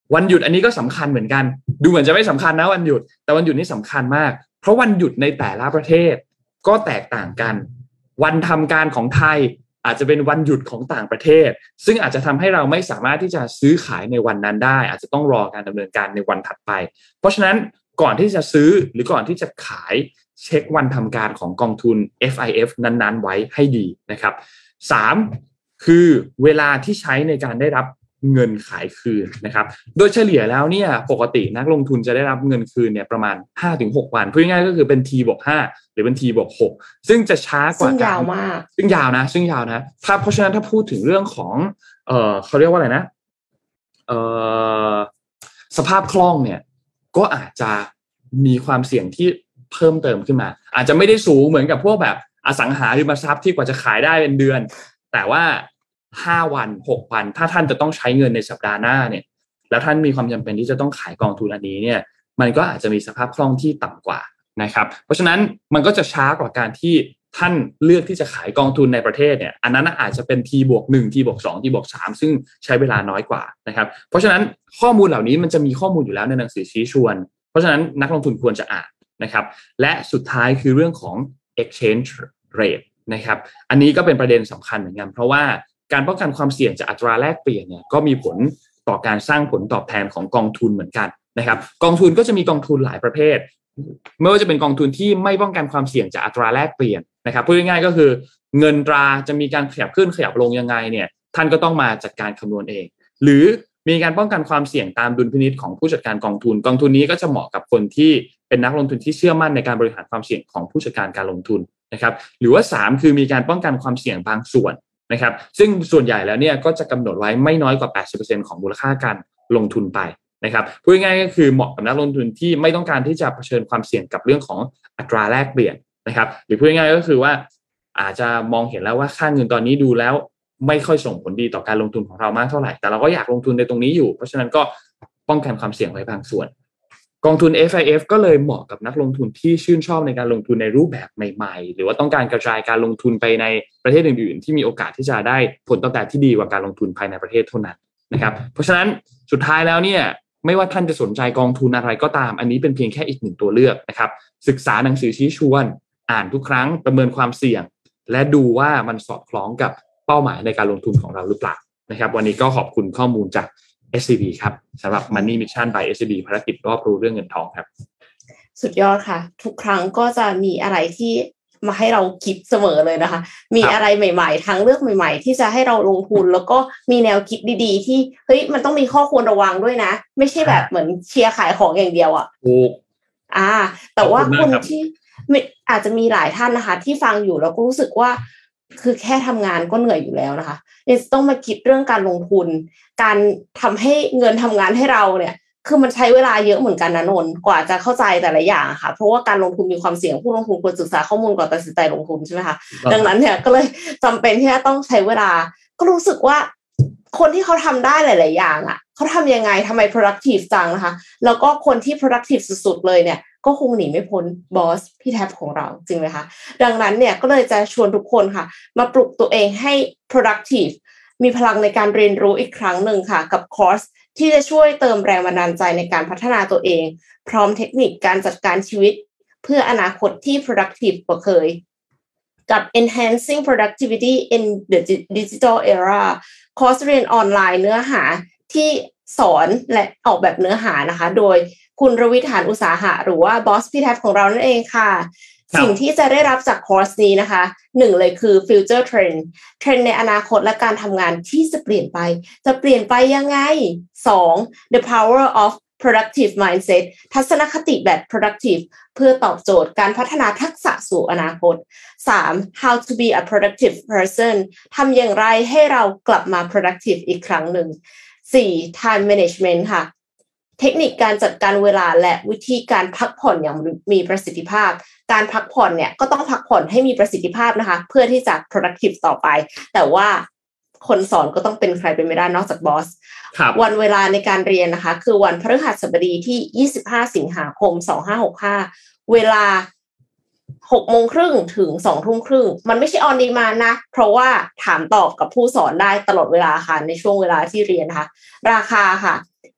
วันหยุดอันนี้ก็สำคัญเหมือนกันดูเหมือนจะไม่สำคัญนะวันหยุดแต่วันหยุดนี่สำคัญมากเพราะวันหยุดในแต่ละประเทศก็แตกต่างกันวันทำการของไทยอาจจะเป็นวันหยุดของต่างประเทศซึ่งอาจจะทำให้เราไม่สามารถที่จะซื้อขายในวันนั้นได้อาจจะต้องรอการดำเนินการในวันถัดไปเพราะฉะนั้นก่อนที่จะซื้อหรือก่อนที่จะขายเช็ควันทำการของกองทุน เอฟ ไอ เอฟ นั้นๆไว้ให้ดีนะครับสามคือเวลาที่ใช้ในการได้รับเงินขายคืนนะครับโดยเฉลี่ยแล้วเนี่ยปกตินักลงทุนจะได้รับเงินคืนเนี่ยประมาณ ห้าถึงหก วันพูดง่ายๆก็คือเป็น T บวกห้าหรือเป็น T บวกหกซึ่งจะช้ากว่าซึ่งยาวมากซึ่งยาวนะซึ่งยาวนะถ้าเพราะฉะนั้นถ้าพูดถึงเรื่องของเอ่อเขาเรียกว่าอะไรนะเอ่อสภาพคล่องเนี่ยก็อาจจะมีความเสี่ยงที่เพิ่มเติมขึ้นมาอาจจะไม่ได้สูงเหมือนกับพวกแบบอสังหาริมทรัพย์ที่กว่าจะขายได้เป็นเดือนแต่ว่าห้าวันหกวันถ้าท่านจะต้องใช้เงินในสัปดาห์หน้าเนี่ยแล้วท่านมีความจำเป็นที่จะต้องขายกองทุนอันนี้เนี่ยมันก็อาจจะมีสภาพคล่องที่ต่ำกว่านะครับเพราะฉะนั้นมันก็จะช้ากว่าการที่ท่านเลือกที่จะขายกองทุนในประเทศเนี่ยอันนั้นอาจจะเป็น T บวกหนึ่ง T บวกสอง T บวกสามซึ่งใช้เวลาน้อยกว่านะครับเพราะฉะนั้นข้อมูลเหล่านี้มันจะมีข้อมูลอยู่แล้วในหนังสือชี้ชวนเพราะฉะนั้นนักลงทุนควรจะอ่านนะครับและสุดท้ายคือเรื่องของ exchange rate นะครับอันนี้ก็เป็นประเด็นสำคัญเหมือนกันเพราะว่าการป้องกันความเสี่ยงจากอัตราแลกเปลี่ยนเนี่ยก็มีผลต่อการสร้างผลตอบแทนของกองทุนเหมือนกันนะครับกองทุนก็จะมีกองทุนหลายประเภทไม่ว่าจะเป็นกองทุนที่ไม่ป้องกันความเสี่ยงจากอัตราแลกเปลี่ยนนะครับพูดง่ายๆก็คือเงินตราจะมีการขยับขึ้นขยับลงยังไงเนี่ยท่านก็ต้องมาจัดการคำนวณเองหรือมีการป้องกันความเสี่ยงตามดุลพินิจของผู้จัดการกองทุนกองทุนนี้ก็จะเหมาะกับคนที่เป็นนักลงทุนที่เชื่อมั่นในการบริหารความเสี่ยงของผู้จัดการการลงทุนนะครับหรือว่าสามคือมีการป้องกันความเสี่ยงบางส่วนนะครับซึ่งส่วนใหญ่แล้วเนี่ยก็จะกำหนดไว้ไม่น้อยกว่า แปดสิบเปอร์เซ็นต์ ของมูลค่าการลงทุนไปนะครับพูดง่ายๆก็คือเหมาะกับนักลงทุนที่ไม่ต้องการที่จะเผชิญความเสี่ยงกับเรื่องของอัตราแลกเปลี่ยนนะครับหรือพูดง่ายๆก็คือว่าอาจจะมองเห็นแล้วว่าค่าเงินตอนนี้ดูแล้วไม่ค่อยส่งผลดีต่อการลงทุนของเรามากเท่าไหร่แต่เราก็อยากลงทุนในตรงนี้อยู่เพราะฉะนั้นก็ป้องกันความเสี่ยงไว้บางส่วนกองทุน เอฟ ไอ เอฟ ก็เลยเหมาะกับนักลงทุนที่ชื่นชอบในการลงทุนในรูปแบบใหม่ๆหรือว่าต้องการกระจายการลงทุนไปในประเทศอื่นๆที่มีโอกาสที่จะได้ผลตอบแทนที่ดีกว่าการลงทุนภายในประเทศเท่านั้นนะครับเพราะฉะนั้นสุดท้ายแล้วเนี่ยไม่ว่าท่านจะสนใจกองทุนอะไรก็ตามอันนี้เป็นเพียงแค่อีกหนึ่งตัวเลือกนะครับศึกษาหนังสือชี้ชวนอ่านทุกครั้งประเมินความเสี่ยงและดูว่ามันสอดคล้องกับเป้าหมายในการลงทุนของเราหรือเปล่านะครับวันนี้ก็ขอบคุณข้อมูลจาก เอส ซี บี ครับสำหรับ Money Mission by เอส ซี บี ภารกิจรอบรู้เรื่องเงินทองครับสุดยอดค่ะทุกครั้งก็จะมีอะไรที่มาให้เราคิดเสมอเลยนะคะมีอะไรใหม่ๆทางเลือกใหม่ๆที่จะให้เราลงทุนแล้วก็มีแนวคิดดีๆที่เฮ้ยมันต้องมีข้อควรระวังด้วยนะไม่ใช่แบบเหมือนเชียร์ขายของอย่างเดียวอ่ะถูกอ่าแต่ว่าคนที่อาจจะมีหลายท่านนะคะที่ฟังอยู่แล้วก็รู้สึกว่าคือแค่ทำงานก็เหนื่อยอยู่แล้วนะคะเนี่ยต้องมาคิดเรื่องการลงทุนการทำให้เงินทำงานให้เราเนี่ยคือมันใช้เวลาเยอะเหมือนกันนะนนท์กว่าจะเข้าใจแต่ละอย่างค่ะเพราะว่าการลงทุนมีความเสี่ยงผู้ลงทุนควรศึกษาข้อมูลก่อนตัดสินใจลงทุนใช่ไหมคะดังนั้นเนี่ยก็เลยจำเป็นที่จะต้องใช้เวลาก็รู้สึกว่าคนที่เขาทำได้หลายๆอย่างอ่ะเขาทำยังไงทำไม productive จังนะคะแล้วก็คนที่ productive สุดๆเลยเนี่ยก็คงหนีไม่พ้นบอสพี่แท็บของเราจริงไหมคะดังนั้นเนี่ยก็เลยจะชวนทุกคนค่ะมาปลุกตัวเองให้ productive มีพลังในการเรียนรู้อีกครั้งหนึ่งค่ะกับคอร์สที่จะช่วยเติมแรงบันดาลใจในการพัฒนาตัวเองพร้อมเทคนิคการจัดการชีวิตเพื่ออนาคตที่ productive กว่าเคยกับ enhancing productivity in the digital era คอร์สเรียนออนไลน์เนื้อหาที่สอนและออกแบบเนื้อหานะคะโดยคุณรวิธานอุตสาหะหรือว่าบอสพี่แท็บของเรานั่นเองค่ะสิ่งที่จะได้รับจากคอร์สนี้นะคะหนึ่งเลยคือ future trend เทรนด์ในอนาคตและการทำงานที่จะเปลี่ยนไปจะเปลี่ยนไปยังไงสอง the power of productive mindset ทัศนคติแบบ productive เพื่อตอบโจทย์การพัฒนาทักษะสู่อนาคตสาม how to be a productive person ทำอย่างไรให้เรากลับมา productive อีกครั้งหนึ่งสี่ time management ค่ะเทคนิคการจัดการเวลาและวิธีการพักผ่อนอย่างมีประสิทธิภาพการพักผ่อนเนี่ยก็ต้องพักผ่อนให้มีประสิทธิภาพนะคะเพื่อที่จะ productive ต่อไปแต่ว่าคนสอนก็ต้องเป็นใครเป็นไม่ได้นอกจากบอสวันเวลาในการเรียนนะคะคือวันพฤหัสบดีที่ยี่สิบห้าสิงหาคมสองพันห้าร้อยหกสิบห้าเวลาหกโมงครึ่งถึงสองทุ่มครึ่งมันไม่ใช่ออนดีมานด์นะเพราะว่าถามตอบกับผู้สอนได้ตลอดเวลาค่ะในช่วงเวลาที่เรียนนะคะราคาค่ะ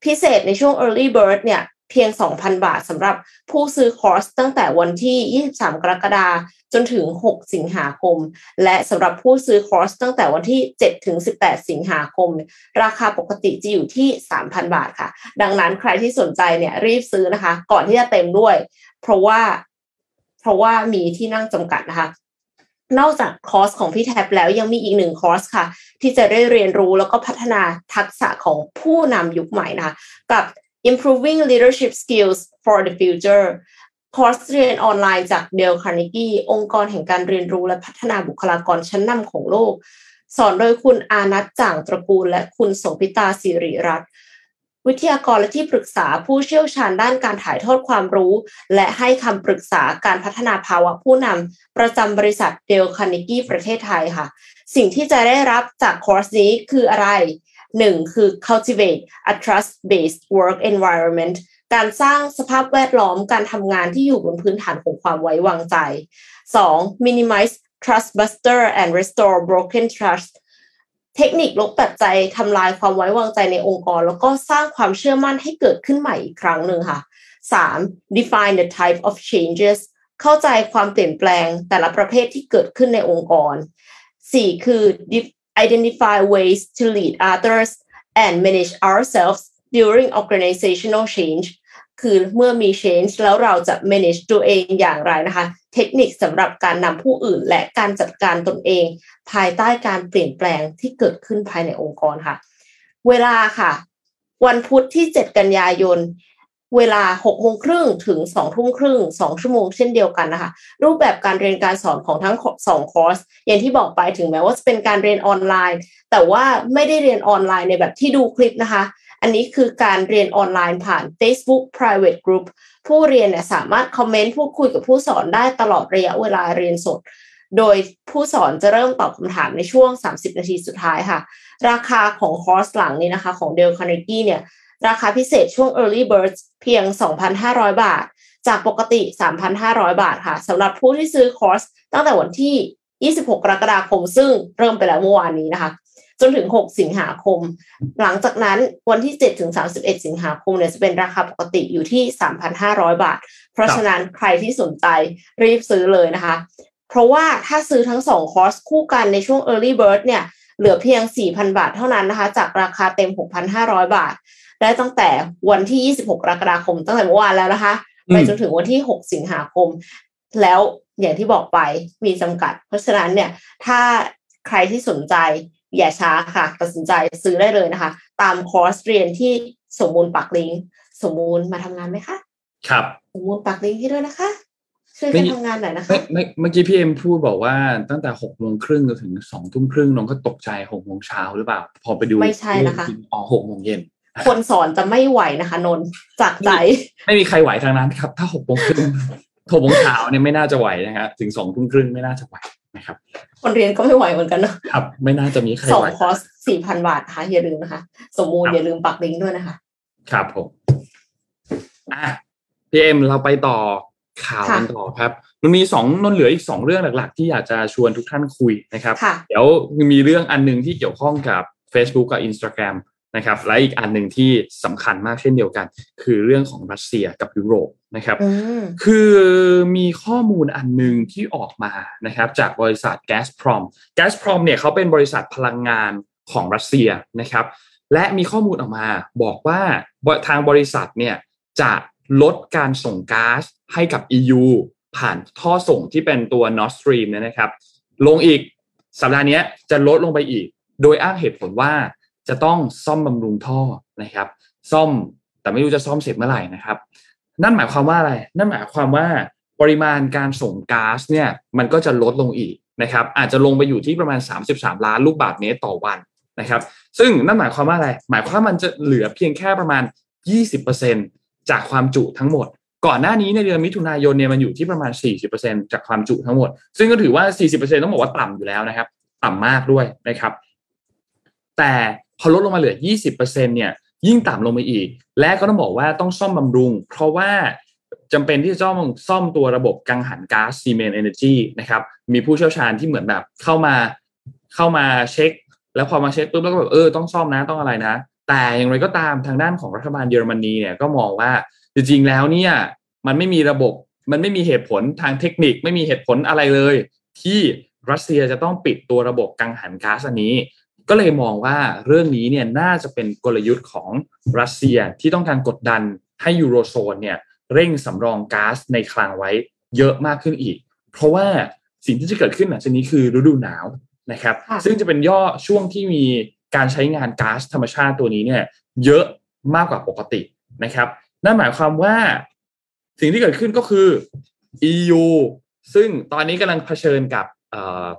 พิเศษในช่วง Early Bird เนี่ยเพียง สองพัน บาทสำหรับผู้ซื้อคอร์สตั้งแต่วันที่ยี่สิบสามกรกฎาคมจนถึงหกสิงหาคมและสำหรับผู้ซื้อคอร์สตั้งแต่วันที่เจ็ดถึงสิบแปดสิงหาคมราคาปกติจะอยู่ที่ สามพัน บาทค่ะดังนั้นใครที่สนใจเนี่ยรีบซื้อนะคะก่อนที่จะเต็มด้วยเพราะว่าเพราะว่ามีที่นั่งจำกัดนะคะนอกจากคอร์สของพี่แท็บแล้วยังมีอีกหนึ่งคอร์สค่ะที่จะได้เรียนรู้แล้วก็พัฒนาทักษะของผู้นำยุคใหม่นะคะกับ Improving Leadership Skills for the Future คอร์สเรียนออนไลน์จาก Dale Carnegie องค์กรแห่งการเรียนรู้และพัฒนาบุคลากรชั้นนำของโลกสอนโดยคุณอานัทจ่างตระกูลและคุณโสภิตาสิริรัตน์วิทยากรและที่ปรึกษาผู้เชี่ยวชาญด้านการถ่ายทอดความรู้และให้คำปรึกษาการพัฒนาภาวะผู้นำประจำบริษัท Dale Carnegie ประเทศไทยค่ะสิ่งที่จะได้รับจากคอร์สนี้คืออะไรหนึ่งคือ cultivate a trust-based work environment การสร้างสภาพแวดล้อมการทำงานที่อยู่บนพื้นฐานของความไว้วางใจสอง minimize trust buster and restore broken trust เทคนิคลบปัจจัยทำลายความไว้วางใจในองค์กรแล้วก็สร้างความเชื่อมั่นให้เกิดขึ้นใหม่อีกครั้งหนึ่งค่ะสาม define the type of changes เข้าใจความเปลี่ยนแปลงแต่ละประเภทที่เกิดขึ้นในองค์กรสี่คือ identify ways to lead others and manage ourselves during organizational change คือเมื่อมี change แล้วเราจะ manage ตัวเองอย่างไรนะคะเทคนิคสำหรับการนำผู้อื่นและการจัดการตนเองภายใต้การเปลี่ยนแปลงที่เกิดขึ้นภายในองค์กรค่ะเวลาค่ะวันพุธที่เจ็ดกันยายนเวลา หกโมงครึ่งถึง สองทุ่มครึ่งสองชั่วโมงเช่นเดียวกันนะคะรูปแบบการเรียนการสอนของทั้งสองคอร์สอย่างที่บอกไปถึงแม้ว่าจะเป็นการเรียนออนไลน์แต่ว่าไม่ได้เรียนออนไลน์ในแบบที่ดูคลิปนะคะอันนี้คือการเรียนออนไลน์ผ่าน Facebook Private Group ผู้เรียนเนี่ยสามารถคอมเมนต์พูดคุยกับผู้สอนได้ตลอดระยะเวลาเรียนสดโดยผู้สอนจะเริ่มตอบคำถามในช่วงสามสิบนาทีสุดท้ายค่ะราคาของคอร์สหลังนี้นะคะของ Dale Carnegie เนี่ยราคาพิเศษช่วง Early Bird เพียง สองพันห้าร้อย บาทจากปกติ สามพันห้าร้อย บาทค่ะสำหรับผู้ที่ซื้อคอร์สตั้งแต่วันที่ยี่สิบหกกรกฎาคมซึ่งเริ่มไปแล้วเมื่อวานนี้นะคะจนถึงหกสิงหาคมหลังจากนั้นวันที่เจ็ดถึงสามสิบเอ็ดสิงหาคมเนี่ยจะเป็นราคาปกติอยู่ที่ สามพันห้าร้อย บาทเพราะฉะนั้นใครที่สนใจรีบซื้อเลยนะคะเพราะว่าถ้าซื้อทั้งสองคอร์สคู่กันในช่วง Early Bird เนี่ยเหลือเพียง สี่พัน บาทเท่านั้นนะคะจากราคาเต็ม หกพันห้าร้อย บาทได้ตั้งแต่วันที่ยี่สิบหกกรกฎาคมตั้งแต่เมื่อวานแล้วนะคะไปจนถึงวันที่หกสิงหาคมแล้วอย่างที่บอกไปมีจำกัดเพราะฉะนั้นเนี่ยถ้าใครที่สนใจอย่าช้าค่ะตัดสินใจซื้อได้เลยนะคะตามคอร์สเรียนที่สมมูลปักลิงก์สมมูลมาทำงานไหมคะครับสมมูลปักลิงก์ให้ด้วยนะคะช่วยกันทำงานหน่อยนะคะเมื่อกี้พี่เอ็มพูดบอกว่าตั้งแต่หกโมงครึ่งจนถึงสองทุ่มครึ่งน้องก็ตกใจหกโมงเช้าหรือเปล่าพอไปดูไม่ใช่นะคะอ๋อหกโมงเย็นคนสอนจะไม่ไหวนะคะนนท์จากใจไม่มีใครไหวทางนั้นครับถ้าหกโมงครึ่งหกโมงเช้าเนี่ยไม่น่าจะไหวนะฮะถึงสองทุ่มครึ่งไม่น่าจะไหวนะครับคนเรียนก็ไม่ไหวเหมือนกันเนาะครับไม่น่าจะมีใครไหวสองคอร์ส สี่พัน บาทนะคะอย่าลืมนะคะสมมูลอย่าลืมปักลิงก์ด้วยนะคะครับผมอ่ะพี่เอ็มเราไปต่อข่าวกันต่อครับมันมีสองนนเหลืออีกสองเรื่องหลักๆที่อยากจะชวนทุกท่านคุยนะครับเดี๋ยวมีเรื่องอันนึงที่เกี่ยวข้องกับ Facebook กับ Instagram นะครับและอีกอันนึงที่สำคัญมากเช่นเดียวกันคือเรื่องของรัสเซียกับยุโรปนะครับคือมีข้อมูลอันนึงที่ออกมานะครับจากบริษัท Gazprom Gazprom เนี่ยเขาเป็นบริษัทพลังงานของรัสเซียนะครับและมีข้อมูลออกมาบอกว่าทางบริษัทเนี่ยจะลดการส่งก๊าซให้กับ อี ยู ผ่านท่อส่งที่เป็นตัว Nord Stream เนี่ยนะครับลงอีกสัปดาห์นี้จะลดลงไปอีกโดยอ้างเหตุผลว่าจะต้องซ่อมบำรุงท่อนะครับซ่อมแต่ไม่รู้จะซ่อมเสร็จเมื่อไหร่นะครับนั่นหมายความว่าอะไรนั่นหมายความว่าปริมาณการส่งก๊าซเนี่ยมันก็จะลดลงอีกนะครับอาจจะลงไปอยู่ที่ประมาณสามสิบสามล้านลูกบาศก์เมตรต่อวันนะครับซึ่งนั่นหมายความว่าอะไรหมายความว่ามันจะเหลือเพียงแค่ประมาณ ยี่สิบเปอร์เซ็นต์ จากความจุทั้งหมดก่อนหน้านี้ในเดือนมิถุนายนเนี่ยมันอยู่ที่ประมาณ สี่สิบเปอร์เซ็นต์ จากความจุทั้งหมดซึ่งก็ถือว่า สี่สิบเปอร์เซ็นต์ ต้องบอกว่าต่ำอยู่แล้วนะครับต่ำมากด้วยนะครับแต่พอลดลงมาเหลือ ยี่สิบเปอร์เซ็นต์ เนี่ยยิ่งต่ำลงไปอีกและก็ต้องบอกว่าต้องซ่อมบำรุงเพราะว่าจำเป็นที่จะต้องซ่อมตัวระบบกังหันก๊าซซีเมนต์เอเนอร์จีนะครับมีผู้เชี่ยวชาญที่เหมือนแบบเข้ามาเข้ามาเช็คแล้วพอมาเช็คปุ๊บแล้วก็แบบเออต้องซ่อมนะต้องอะไรนะแต่อย่างไรก็ตามทางด้านของรัฐบาลเยอรมนีเนี่ยก็มองว่าจริงๆแล้วเนี่ยมันไม่มีระบบมันไม่มีเหตุผลทางเทคนิคไม่มีเหตุผลอะไรเลยที่รัสเซียจะต้องปิดตัวระบบกังหันก๊าซอันนี้ก็เลยมองว่าเรื่องนี้เนี่ยน่าจะเป็นกลยุทธ์ของรัสเซียที่ต้องการกดดันให้ยูโรโซนเนี่ยเร่งสำรองก๊าซในคลังไว้เยอะมากขึ้นอีกเพราะว่าสิ่งที่จะเกิดขึ้นหลังจากนี้คือฤดูหนาวนะครับซึ่งจะเป็นย่อช่วงที่มีการใช้งานก๊าซธรรมชาติตัวนี้เนี่ยเยอะมากกว่าปกตินะครับนั่นหมายความว่าสิ่งที่เกิดขึ้นก็คือ อี ยู ซึ่งตอนนี้กำลังเผชิญกับเอ่อ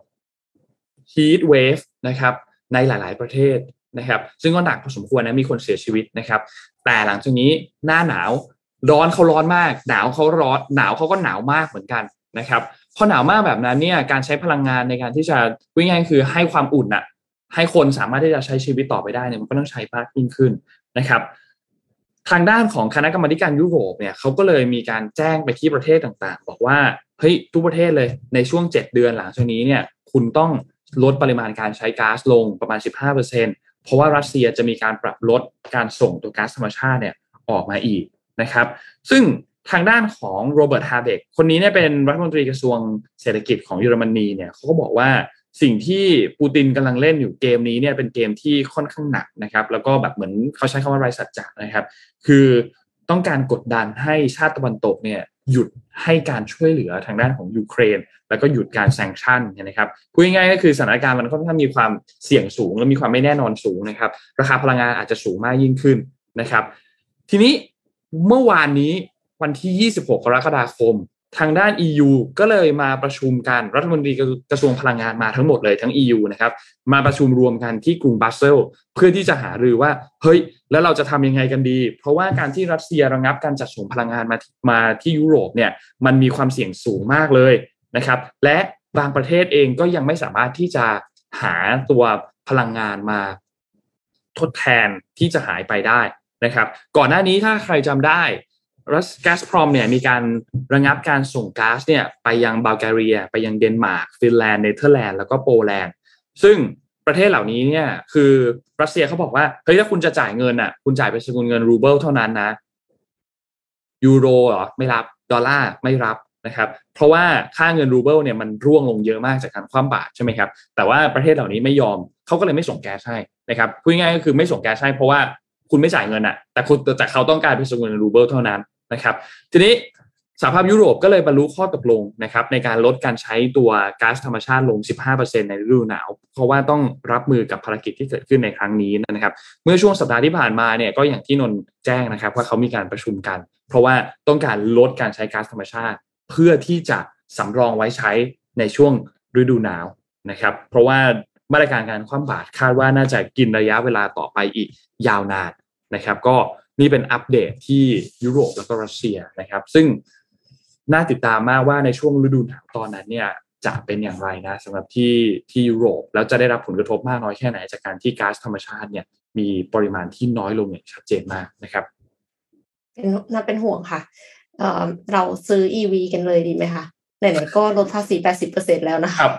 heat wave นะครับในหลายๆประเทศนะครับซึ่งก็หนักพอสมควรนะมีคนเสียชีวิตนะครับแต่หลังจากนี้หน้าหนาวร้อนเขาร้อนมากหนาวเขาร้อนหนาวเขาก็หนาวมากเหมือนกันนะครับพอหนาวมากแบบนั้นเนี่ยการใช้พลังงานในการที่จะวิ่งง่ายคือให้ความอุ่นน่ะให้คนสามารถที่จะใช้ชีวิตต่อไปได้เนี่ยมันก็ต้องใช้มากยิ่งขึ้นนะครับทางด้านของคณะกรรมาการยุโรปเนี่ยเขาก็เลยมีการแจ้งไปที่ประเทศต่างๆบอกว่าเฮ้ยทุกประเทศเลยในช่วงเจ็ดเดือนหลังจากนี้เนี่ยคุณต้องลดปริมาณการใช้ก๊าซลงประมาณ สิบห้าเปอร์เซ็นต์ เพราะว่ารัสเซียจะมีการปรับลดการส่งตัวก๊าซธรรมชาติเนี่ยออกมาอีกนะครับซึ่งทางด้านของโรเบิร์ตฮาเบกคนนี้เนี่ยเป็นรัฐมนตรีกระทรวงเศรษฐกิจของเยอรมนีเนี่ยเขาก็บอกว่าสิ่งที่ปูตินกำลังเล่นอยู่เกมนี้เนี่ยเป็นเกมที่ค่อนข้างหนักนะครับแล้วก็แบบเหมือนเขาใช้คำว่าไร้สัจจะนะครับคือต้องการกดดันให้ชาติตะวันตกเนี่ยหยุดให้การช่วยเหลือทางด้านของยูเครนแล้วก็หยุดการแซงชั่นนะครับพูดง่ายๆก็คือสถานการณ์มันค่อนข้างมีความเสี่ยงสูงและมีความไม่แน่นอนสูงนะครับราคาพลังงานอาจจะสูงมากยิ่งขึ้นนะครับทีนี้เมื่อวานนี้วันที่ยี่สิบหกกรกฎาคมทางด้าน อี ยู ก็เลยมาประชุมกันรัฐมนตรีกระทรวงพลังงานมาทั้งหมดเลยทั้ง อี ยู นะครับมาประชุมรวมกันที่กรุงบรัสเซลส์เพื่อที่จะหารือว่าเฮ้ยแล้วเราจะทำยังไงกันดีเพราะว่าการที่รัสเซียระงับการจัดส่งพลังงานมามาที่ยุโรปเนี่ยมันมีความเสี่ยงสูงมากเลยนะครับและบางประเทศเองก็ยังไม่สามารถที่จะหาตัวพลังงานมาทดแทนที่จะหายไปได้นะครับก่อนหน้านี้ถ้าใครจำได้รัสแกสพรอมเนี่ยมีการระงับการส่งก๊าซเนี่ยไปยังบัลแกเรียไปยังเดนมาร์กฟินแลนด์เนเธอร์แลนด์แล้วก็โปแลนด์ซึ่งประเทศเหล่านี้เนี่ยคือรัสเซียเขาบอกว่าเฮ้ยถ้าคุณจะจ่ายเงินอ่ะคุณจ่ายเป็นสกุลเงินรูเบิลเท่านั้นนะยูโรเหรอไม่รับดอลลาร์ไม่รับนะครับเพราะว่าค่าเงินรูเบิลเนี่ยมันร่วงลงเยอะมากจากการคว่ำบาตรใช่ไหมครับแต่ว่าประเทศเหล่านี้ไม่ยอมเขาก็เลยไม่ส่งแก๊สให้นะครับพูดง่ายๆก็คือไม่ส่งแก๊สให้เพราะว่าคุณไม่จ่ายเงินอ่ะแต่คุณแต่เขาต้องการเป็นสกุลเงินรูเบิลเท่านั้นนะครับทีนี้สหภาพยุโรปก็เลยบรรลุข้อตกลงนะครับในการลดการใช้ตัวก๊าซธรรมชาติลง สิบห้าเปอร์เซ็นต์ ในฤดูหนาวเพราะว่าต้องรับมือกับภารกิจที่เกิดขึ้นในครั้งนี้นะครับเมื่อช่วงสัปดาห์ที่ผ่านมาเนี่ยก็อย่างที่นนท์แจ้งนะครับว่าเขามีการประชุมกันเพราะว่าต้องการลดการใช้ก๊าซธรรมชาติเพื่อที่จะสำรองไว้ใช้ในช่วงฤดูหนาวนะครับเพราะว่ามาตรการการคว่ำบาตรคาดว่าน่าจะกินระยะเวลาต่อไปอีกยาวนานนะครับก็นี่เป็นอัปเดตที่ยุโรปแล้วก็รัสเซียนะครับซึ่งน่าติดตามมากว่าในช่วงฤดูหนาวตอนนั้นเนี่ยจะเป็นอย่างไรนะสำหรับที่ที่ยุโรปแล้วจะได้รับผลกระทบมากน้อยแค่ไหนจากการที่ก๊าซธรรมชาติเนี่ยมีปริมาณที่น้อยลงอย่างชัดเจนมากนะครับเป็นน่าเป็นห่วงค่ะเอ่อเราซื้อ อี วี กันเลยดีไหมคะไหนๆก็ลดภาษี แปดสิบเปอร์เซ็นต์ แล้วนะครับ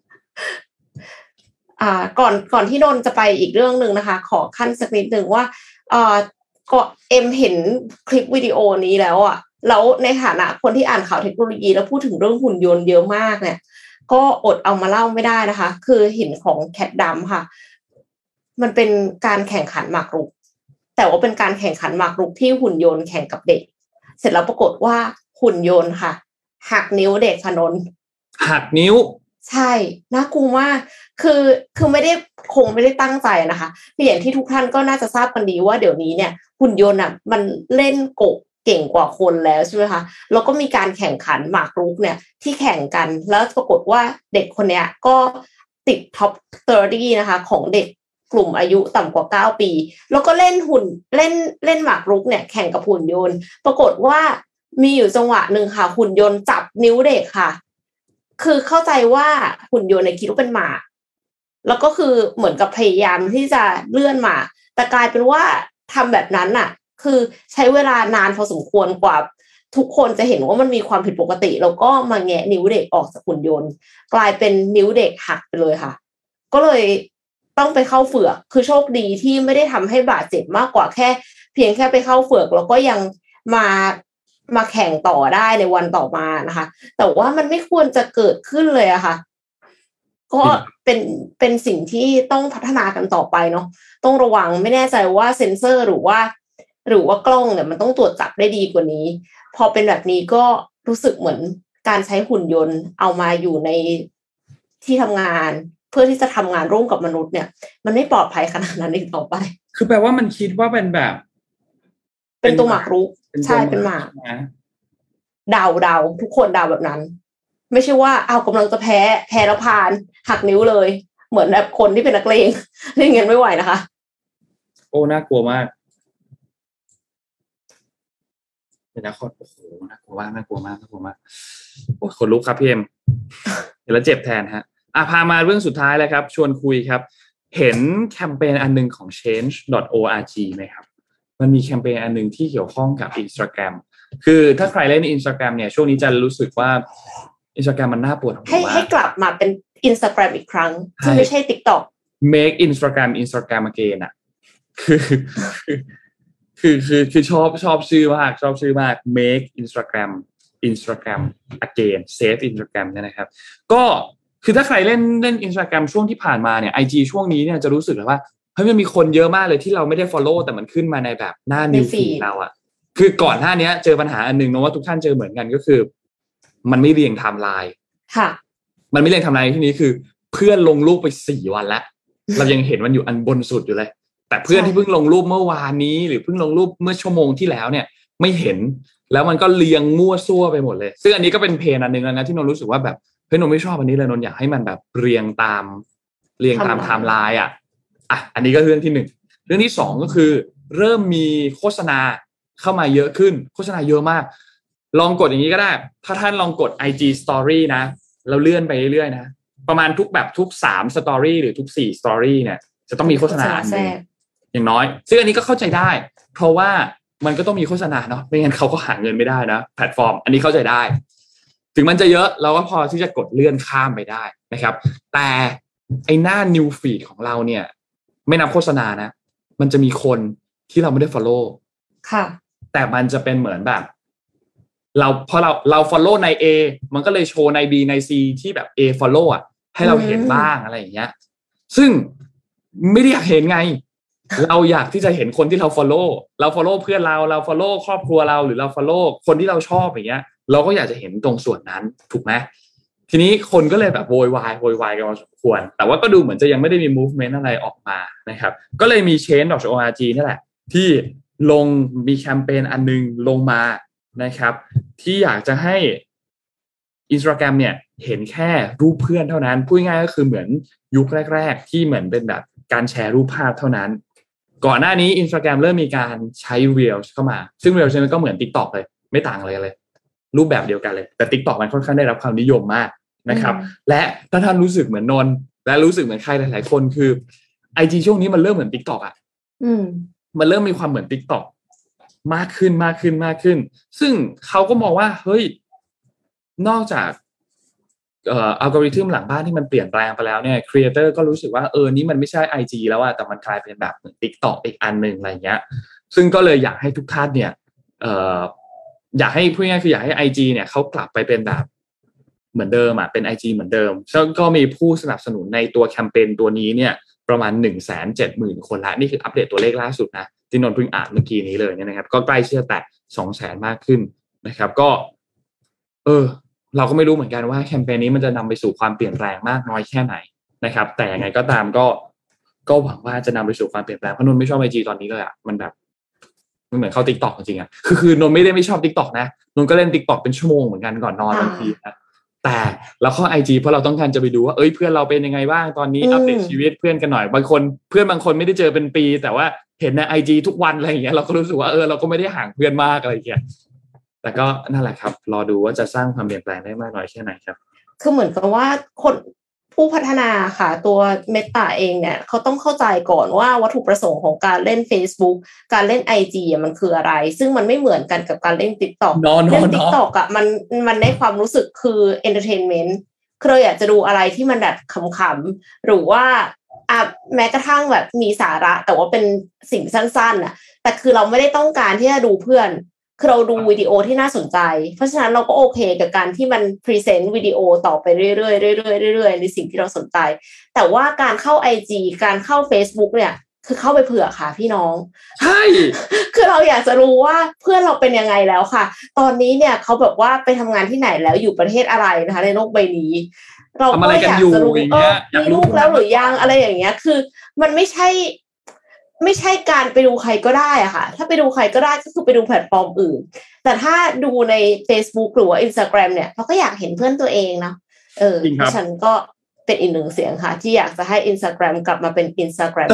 อ่าก่อนก่อนที่นนจะไปอีกเรื่องนึงนะคะขอขั้นสักนิดนึงว่าเอ่อก็เอ็มเห็นคลิปวิดีโอนี้แล้วอ่ะแล้วในฐานะคนที่อ่านข่าวเทคโนโลยีแล้วพูดถึงเรื่องหุ่นยนต์เยอะมากเนี่ยก็อดเอามาเล่าไม่ได้นะคะคือเห็นของแคทดัมค่ะมันเป็นการแข่งขันหมากรุกแต่ว่าเป็นการแข่งขันหมากรุกที่หุ่นยนต์แข่งกับเด็กเสร็จแล้วปรากฏว่าหุ่นยนต์ค่ะหักนิ้วเด็กค่ะนนท์หักนิ้วใช่น่ากลัวมากคือคือไม่ได้คงไม่ได้ตั้งใจนะคะอย่างที่ทุกท่านก็น่าจะทราบกันดีว่าเดี๋ยวนี้เนี่ยหุ่นยนต์อ่ะมันเล่นโกะเก่งกว่าคนแล้วใช่ไหมคะแล้วก็มีการแข่งขันหมากรุกเนี่ยที่แข่งกันแล้วปรากฏว่าเด็กคนเนี้ยก็ติดท็อปสามสิบนะคะของเด็กกลุ่มอายุต่ำกว่าเก้าปีแล้วก็เล่นหุ่นเล่นเล่นหมากรุกเนี่ยแข่งกับหุ่นยนต์ปรากฏว่ามีอยู่จังหวะนึงค่ะหุ่นยนต์จับนิ้วเด็กค่ะคือเข้าใจว่าหุ่นยนต์ในคิดว่าเป็นหมาแล้วก็คือเหมือนกับพยายามที่จะเลื่อนมาแต่กลายเป็นว่าทำแบบนั้นน่ะคือใช้เวลานานพอสมควรกว่าทุกคนจะเห็นว่ามันมีความผิดปกติแล้วก็มาแงะนิ้วเด็กออกจากหุ่นยนต์กลายเป็นนิ้วเด็กหักไปเลยค่ะก็เลยต้องไปเข้าเฝือกคือโชคดีที่ไม่ได้ทำให้บาดเจ็บมากกว่าแค่เพียงแค่ไปเข้าเฝือกแล้วก็ยังมามาแข่งต่อได้ในวันต่อมานะคะแต่ว่ามันไม่ควรจะเกิดขึ้นเลยอะค่ะก็เป็นเป็นสิ่งที่ต้องพัฒนากันต่อไปเนาะต้องระวังไม่แน่ใจว่าเซ็นเซอร์หรือว่าหรือว่ากล้องเนี่ยมันต้องตรวจจับได้ดีกว่านี้พอเป็นแบบนี้ก็รู้สึกเหมือนการใช้หุ่นยนต์เอามาอยู่ในที่ทำงานเพื่อที่จะทำงานร่วมกับมนุษย์เนี่ยมันไม่ปลอดภัยขนาดนั้นอีกต่อไปคือแปลว่ามันคิดว่าเป็นแบบเป็นตัวหมากรุกใช่เป็นหมากเดาเดาทุกคนเดาแบบนั้นไม่ใช่ว่าเอากำลังจะแพ้แพ้แล้วผ่านหักนิ้วเลยเหมือนแบบคนที่เป็นนักเลงเล่นเงินไม่ไหวนะคะโอ้น่ากลัวมากเดี๋ยวนะโอ้โหน่ากลัวมากน่ากลัวมากน่ากลัวมากโอ้คนลุกครับพี่เอ็มเห็นแล้วเจ็บแทนฮะอ่ะพามาเรื่องสุดท้ายแล้วครับชวนคุยครับเห็นแคมเปญอันนึงของ change ดอท โอ อาร์ จี ไหมครับมันมีแคมเปญอันนึงที่เกี่ยวข้องกับ Instagram คือถ้าใครเล่น Instagram เนี่ยช่วงนี้จะรู้สึกว่า Instagram มันน่าปวดหัวให้ให้กลับมาเป็น Instagram อีกครั้งที่ไม่ใช่ TikTok make Instagram Instagram again อ่ะคือคือคือคือชอบชอบชื่อมากชอบชื่อมาก make Instagram Instagram again save Instagram เนี่ยนะครับก็คือถ้าใครเล่นเล่น Instagram ช่วงที่ผ่านมาเนี่ย ไอ จี ช่วงนี้เนี่ยจะรู้สึกเลยว่าเฮ้ยมันมีคนเยอะมากเลยที่เราไม่ได้ follow แต่มันขึ้นมาในแบบหน้า new feed เราอ่ะคือก่อนหน้านี้เจอปัญหาอันนึงนะว่าทุกท่านเจอเหมือนกันก็คือมันไม่เรียงไทม์ไลน์ค่ะมันไม่เรียงไทม์ไลน์ที่นี้คือเพื่อนลงรูปไปสี่วันแล้วเรายังเห็นมันอยู่อันบนสุดอยู่เลยแต่เพื่อนที่เพิ่งลงรูปเมื่อวานนี้หรือเพิ่งลงรูปเมื่อชั่วโมงที่แล้วเนี่ยไม่เห็นแล้วมันก็เรียงมั่วซั่วไปหมดเลยซึ่งอันนี้ก็เป็นเพนอันนึงแล้วนะที่นนรู้สึกว่าแบบเฮ้ยนนไม่ชอบอันนี้เลยนนอยากให้มันแบบเรียงตามเรียงตามไทม์ไลน์อ่ะอ่ะอันนี้ก็เรื่องที่หนึ่งเรื่องที่สองก็คือเริ่มมีโฆษณาเข้ามาเยอะขึ้นโฆษณาเยอะมากลองกดอย่างนี้ก็ได้ถ้าท่านลองกด ไอ จี Story นะแล้วเลื่อนไปเรื่อยๆนะประมาณทุกแบบทุกสาม Story หรือทุกสี่ Story เนี่ยจะต้องมีโฆษณาอันนึงอย่างน้อยซึ่งอันนี้ก็เข้าใจได้เพราะว่ามันก็ต้องมีโฆษณาเนาะไม่งั้นเขาก็หาเงินไม่ได้นะแพลตฟอร์มอันนี้เข้าใจได้ถึงมันจะเยอะเราก็พอที่จะกดเลื่อนข้ามไปได้นะครับแต่ไอ้หน้า new feed ของเราเนี่ยไม่นับโฆษณานะมันจะมีคนที่เราไม่ได้ follow ค่ะแต่มันจะเป็นเหมือนแบบเราพอเราเรา follow ใน A มันก็เลยโชว์ใน B ใน C ที่แบบ A follow อ่ะให้เราเห็นบ้างอะไรอย่างเงี้ยซึ่งไม่ได้อยากเห็นไงเราอยากที่จะเห็นคนที่เรา follow เรา follow เพื่อนเราเรา follow ครอบครัวเราหรือเรา follow คนที่เราชอบอย่างเงี้ยเราก็อยากจะเห็นตรงส่วนนั้นถูกไหมทีนี้คนก็เลยแบบโวยวายโวยวายกันพอสมควรแต่ว่าก็ดูเหมือนจะยังไม่ได้มี movement อะไรออกมานะครับก็เลยมี change ดอท โอ อาร์ จี นี่แหละที่ลงมีแคมเปญอันนึงลงมานะครับที่อยากจะให้ Instagram เนี่ยเห็นแค่รูปเพื่อนเท่านั้นพูดง่ายก็คือเหมือนยุคแรกๆที่เหมือนเป็นแบบการแชร์รูปภาพเท่านั้นก่อนหน้านี้ Instagram เริ่มมีการใช้ Reels เข้ามาซึ่ง Reels มันก็เหมือน TikTok เลยไม่ต่างอะไรเลยรูปแบบเดียวกันเลยแต่ TikTok มันค่อนข้างได้รับความนิยมมากนะครับและถ้าท่านรู้สึกเหมือนนนและรู้สึกเหมือนใครหลายๆคนคือ ไอ จี ช่วงนี้มันเริ่มเหมือน TikTok อ่ะมันเริ่มมีความเหมือน TikTok มากขึ้นมากขึ้นมากขึ้นซึ่งเขาก็มองว่าเฮ้ยนอกจากเอ่ออัลกอริทึมหลังบ้านที่มันเปลี่ยนแปลงไปแล้วเนี่ยครีเอเตอร์ก็รู้สึกว่าเออนี่มันไม่ใช่ ไอ จี แล้วอะแต่มันกลายเป็นแบบเหมือน TikTok อีกอันนึงอะไรเงี้ยซึ่งก็เลยอยากให้ทุกท่านเนี่ยเอ่ออยากให้พูดง่ายๆคืออยากให้ ไอ จี เนี่ยเขากลับไปเป็นแบบเหมือนเดิมอะเป็น ไอ จี เหมือนเดิมซึ่งก็มีผู้สนับสนุนในตัวแคมเปญตัวนี้เนี่ยประมาณ หนึ่งแสนเจ็ดหมื่น คนละนี่คืออัปเดตตัวเลขล่าสุดนะที่นนท์เพิ่งอ่านเมื่อกี้นี้เลยเนี่ยนะครับก็ใกล้เชื่อแตะ สองแสน มากขึ้นนะครับก็เออเราก็ไม่รู้เหมือนกันว่าแคมเปญนี้มันจะนำไปสู่ความเปลี่ยนแปลงมากน้อยแค่ไหนนะครับแต่ยังไงก็ตามก็ก็หวังว่าจะนำไปสู่ความเปลี่ยนแปลงเพราะนนท์ไม่ชอบ ไอ จี ตอนนี้เลยอ่ะมันแบบมันเหมือนเข้า TikTok จริงๆอ่ะคือคือนนท์ไม่ได้ไม่ชอบ TikTok นะนนท์ก็เล่น TikTok เป็นชั่วโมงเหมือนกันก่อนนอนบางทีนะแต่เราเข้า ไอ จี เพราะเราต้องการจะไปดูว่าเอ้ยเพื่อนเราเป็นยังไงบ้างตอนนี้อัปเดตชีวิตเพื่อนกันหน่อยบางคนเพื่อนบางคนไม่ได้เจอเป็นปีแต่ว่าเห็นใน ไอ จี ทุกวันอะไรอย่างเงี้ยเราก็รู้สึกว่าเออเราก็ไม่ได้ห่างเพื่อนมากอะไรอย่างเงี้ยแต่ก็นั่นแหละครับรอดูว่าจะสร้างความเปลี่ยนแปลงได้มากน้อยแค่ไหนครับคือเหมือนกับว่าคนผู้พัฒนาค่ะตัว Meta เองเนี่ยเขาต้องเข้าใจก่อนว่าวัตถุประสงค์ของการเล่น Facebook การเล่น ไอ จี อ่ะมันคืออะไรซึ่งมันไม่เหมือนกันกับการเล่น TikTok เล่น TikTok อ่ะมันมันได้ความรู้สึกคือ entertainment คือเราอยากจะดูอะไรที่มันแบบขำๆหรือว่าอ่ะแม้กระทั่งแบบมีสาระแต่ว่าเป็นสิ่งสั้นๆน่ะแต่คือเราไม่ได้ต้องการที่จะดูเพื่อนคือเราดูวิดีโอที่น่าสนใจเพราะฉะนั้นเราก็โอเคกับการที่มันพรีเซนต์วิดีโอต่อไปเรื่อยๆเรื่อยๆเรื่อยๆในสิ่งที่เราสนใจแต่ว่าการเข้า ไอ จี การเข้า Facebook เนี่ยคือเข้าไปเผื่อค่ะพี่น้องใช่คือเราอยากจะรู้ว่าเพื่อนเราเป็นยังไงแล้วค่ะตอนนี้เนี่ยเขาแบบว่าไปทำงานที่ไหนแล้วอยู่ประเทศอะไรนะคะในโลกใบนี้เราก็อยากจะรู้เออมีลูกแล้วหรือยังอะไรอย่างเงี้ยคือมันไม่ใช่ไม่ใช่การไปดูใครก็ได้อะค่ะถ้าไปดูใครก็ได้ก็คือไปดูแพลตฟอร์มอื่นแต่ถ้าดูใน Facebook หรือว่า Instagram เนี่ยเราก็อยากเห็นเพื่อนตัวเองเนาะเออฉันก็เป็นอีกหนึ่งเสียงค่ะที่อยากจะให้ Instagram กลับมาเป็น Instagram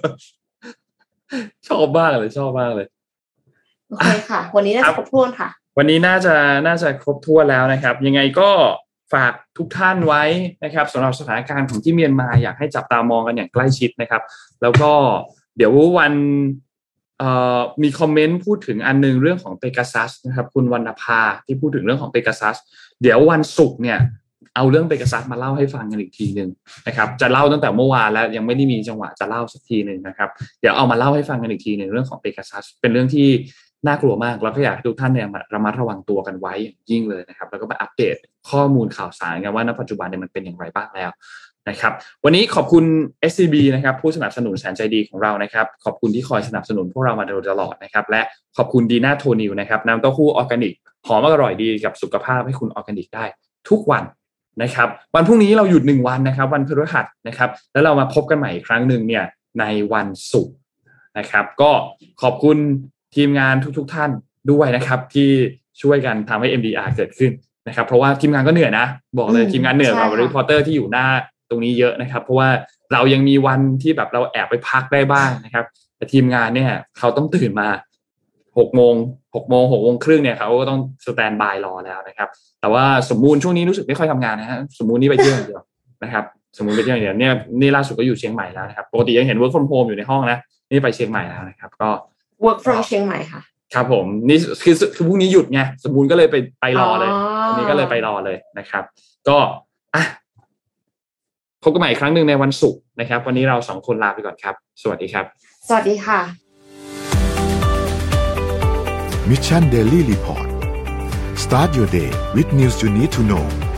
ชอบมากเลยชอบมากเลยโอเคค่ะวันนี้น่าจะครบถ้วนค่ะวันนี้น่าจะน่าจะครบถ้วนแล้วนะครับยังไงก็ฝากทุกท่านไว้นะครับสำหรับสถานการณ์ของที่เมียนมาอยากให้จับตามองกันอย่างใกล้ชิดนะครับแล้วก็เดี๋ยววันเอ่อมีคอมเมนต์พูดถึงอันนึงเรื่องของ Pegasus นะครับคุณวรรณภาที่พูดถึงเรื่องของ Pegasus เดี๋ยววันศุกร์เนี่ยเอาเรื่อง Pegasus มาเล่าให้ฟังกันอีกทีนึงนะครับจะเล่าตั้งแต่เมื่อวานแล้วยังไม่ได้มีจังหวะจะเล่าสักทีนึงนะครับเดี๋ยวเอามาเล่าให้ฟังกันอีกทีนึงเรื่องของ Pegasus เป็นเรื่องที่น่ากลัวมากแล้วก็อยากให้ทุกท่านเนี่ยระมัดระวังตัวกันไว้อย่างยิ่งเลยนะครับแล้วก็มาอัปเดตข้อมูลข่าวสารกันว่าณปัจจุบันเนี่ยมันเป็นอย่างไรบ้างแล้วนะครับวันนี้ขอบคุณ เอส ซี บี นะครับผู้สนับสนุนแสนใจดีของเรานะครับขอบคุณที่คอยสนับสนุนพวกเรามาโดยตลอดนะครับและขอบคุณดีน่าโทนิวนะครับน้ำเต้าหู้ออร์แกนิกหอมอร่อยดีกับสุขภาพให้คุณออร์แกนิกได้ทุกวันนะครับวันพรุ่งนี้เราหยุดหนึ่งวันนะครับวันพฤหัสนะครับแล้วเรามาพบกันใหม่อีกครั้งนึงเนี่ยในวันศุกร์นะครับก็ขอบคุณทีมงานทุกๆท่านด้วยนะครับที่ช่วยกันทำให้ เอ็ม ดี อาร์ เกิดขึ้นนะครับเพราะว่าทีมงานก็เหนื่อยนะบอกเลยทีมงานเหนื่อยกว่ารีพอร์เตอร์ที่อยู่หน้าตรงนี้เยอะนะครับเพราะว่าเรายังมีวันที่แบบเราแอบไปพักได้บ้างนะครับแต่ทีมงานเนี่ยเขาต้องตื่นมาหกโมงหกโมงหกโมงครึ่งเนี่ยเขาก็ต้องสแตนบายรอแล้วนะครับแต่ว่าสมมูลช่วงนี้รู้สึกไม่ค่อยทำงานนะฮะสมมูลนี่ไปเที่ยวอย่างเดียวนะครับสมมูลไปเที่ยวอย่างเดียวเนี่ยนี่ล่าสุดก็อยู่เชียงใหม่แล้วนะครับปกติยังเห็น work from home อยู่ในห้องนะนี่ไปเชียงใหม่แล้วนะครับก็ work from เชียงใหม่ค่ะครับผมนี่คือคือพรุ่งนี้หยุดไงสมบูรณ์ก็เลยไปไปรอเลยวันนี้ก็เลยไปรอเลยนะครับก็อ่ะพบกันใหม่อีกครั้งหนึ่งในวันศุกร์นะครับวันนี้เราสองคนลาไปก่อนครับสวัสดีครับสวัสดีค่ะ Mission Daily Report Start your day with news you need to know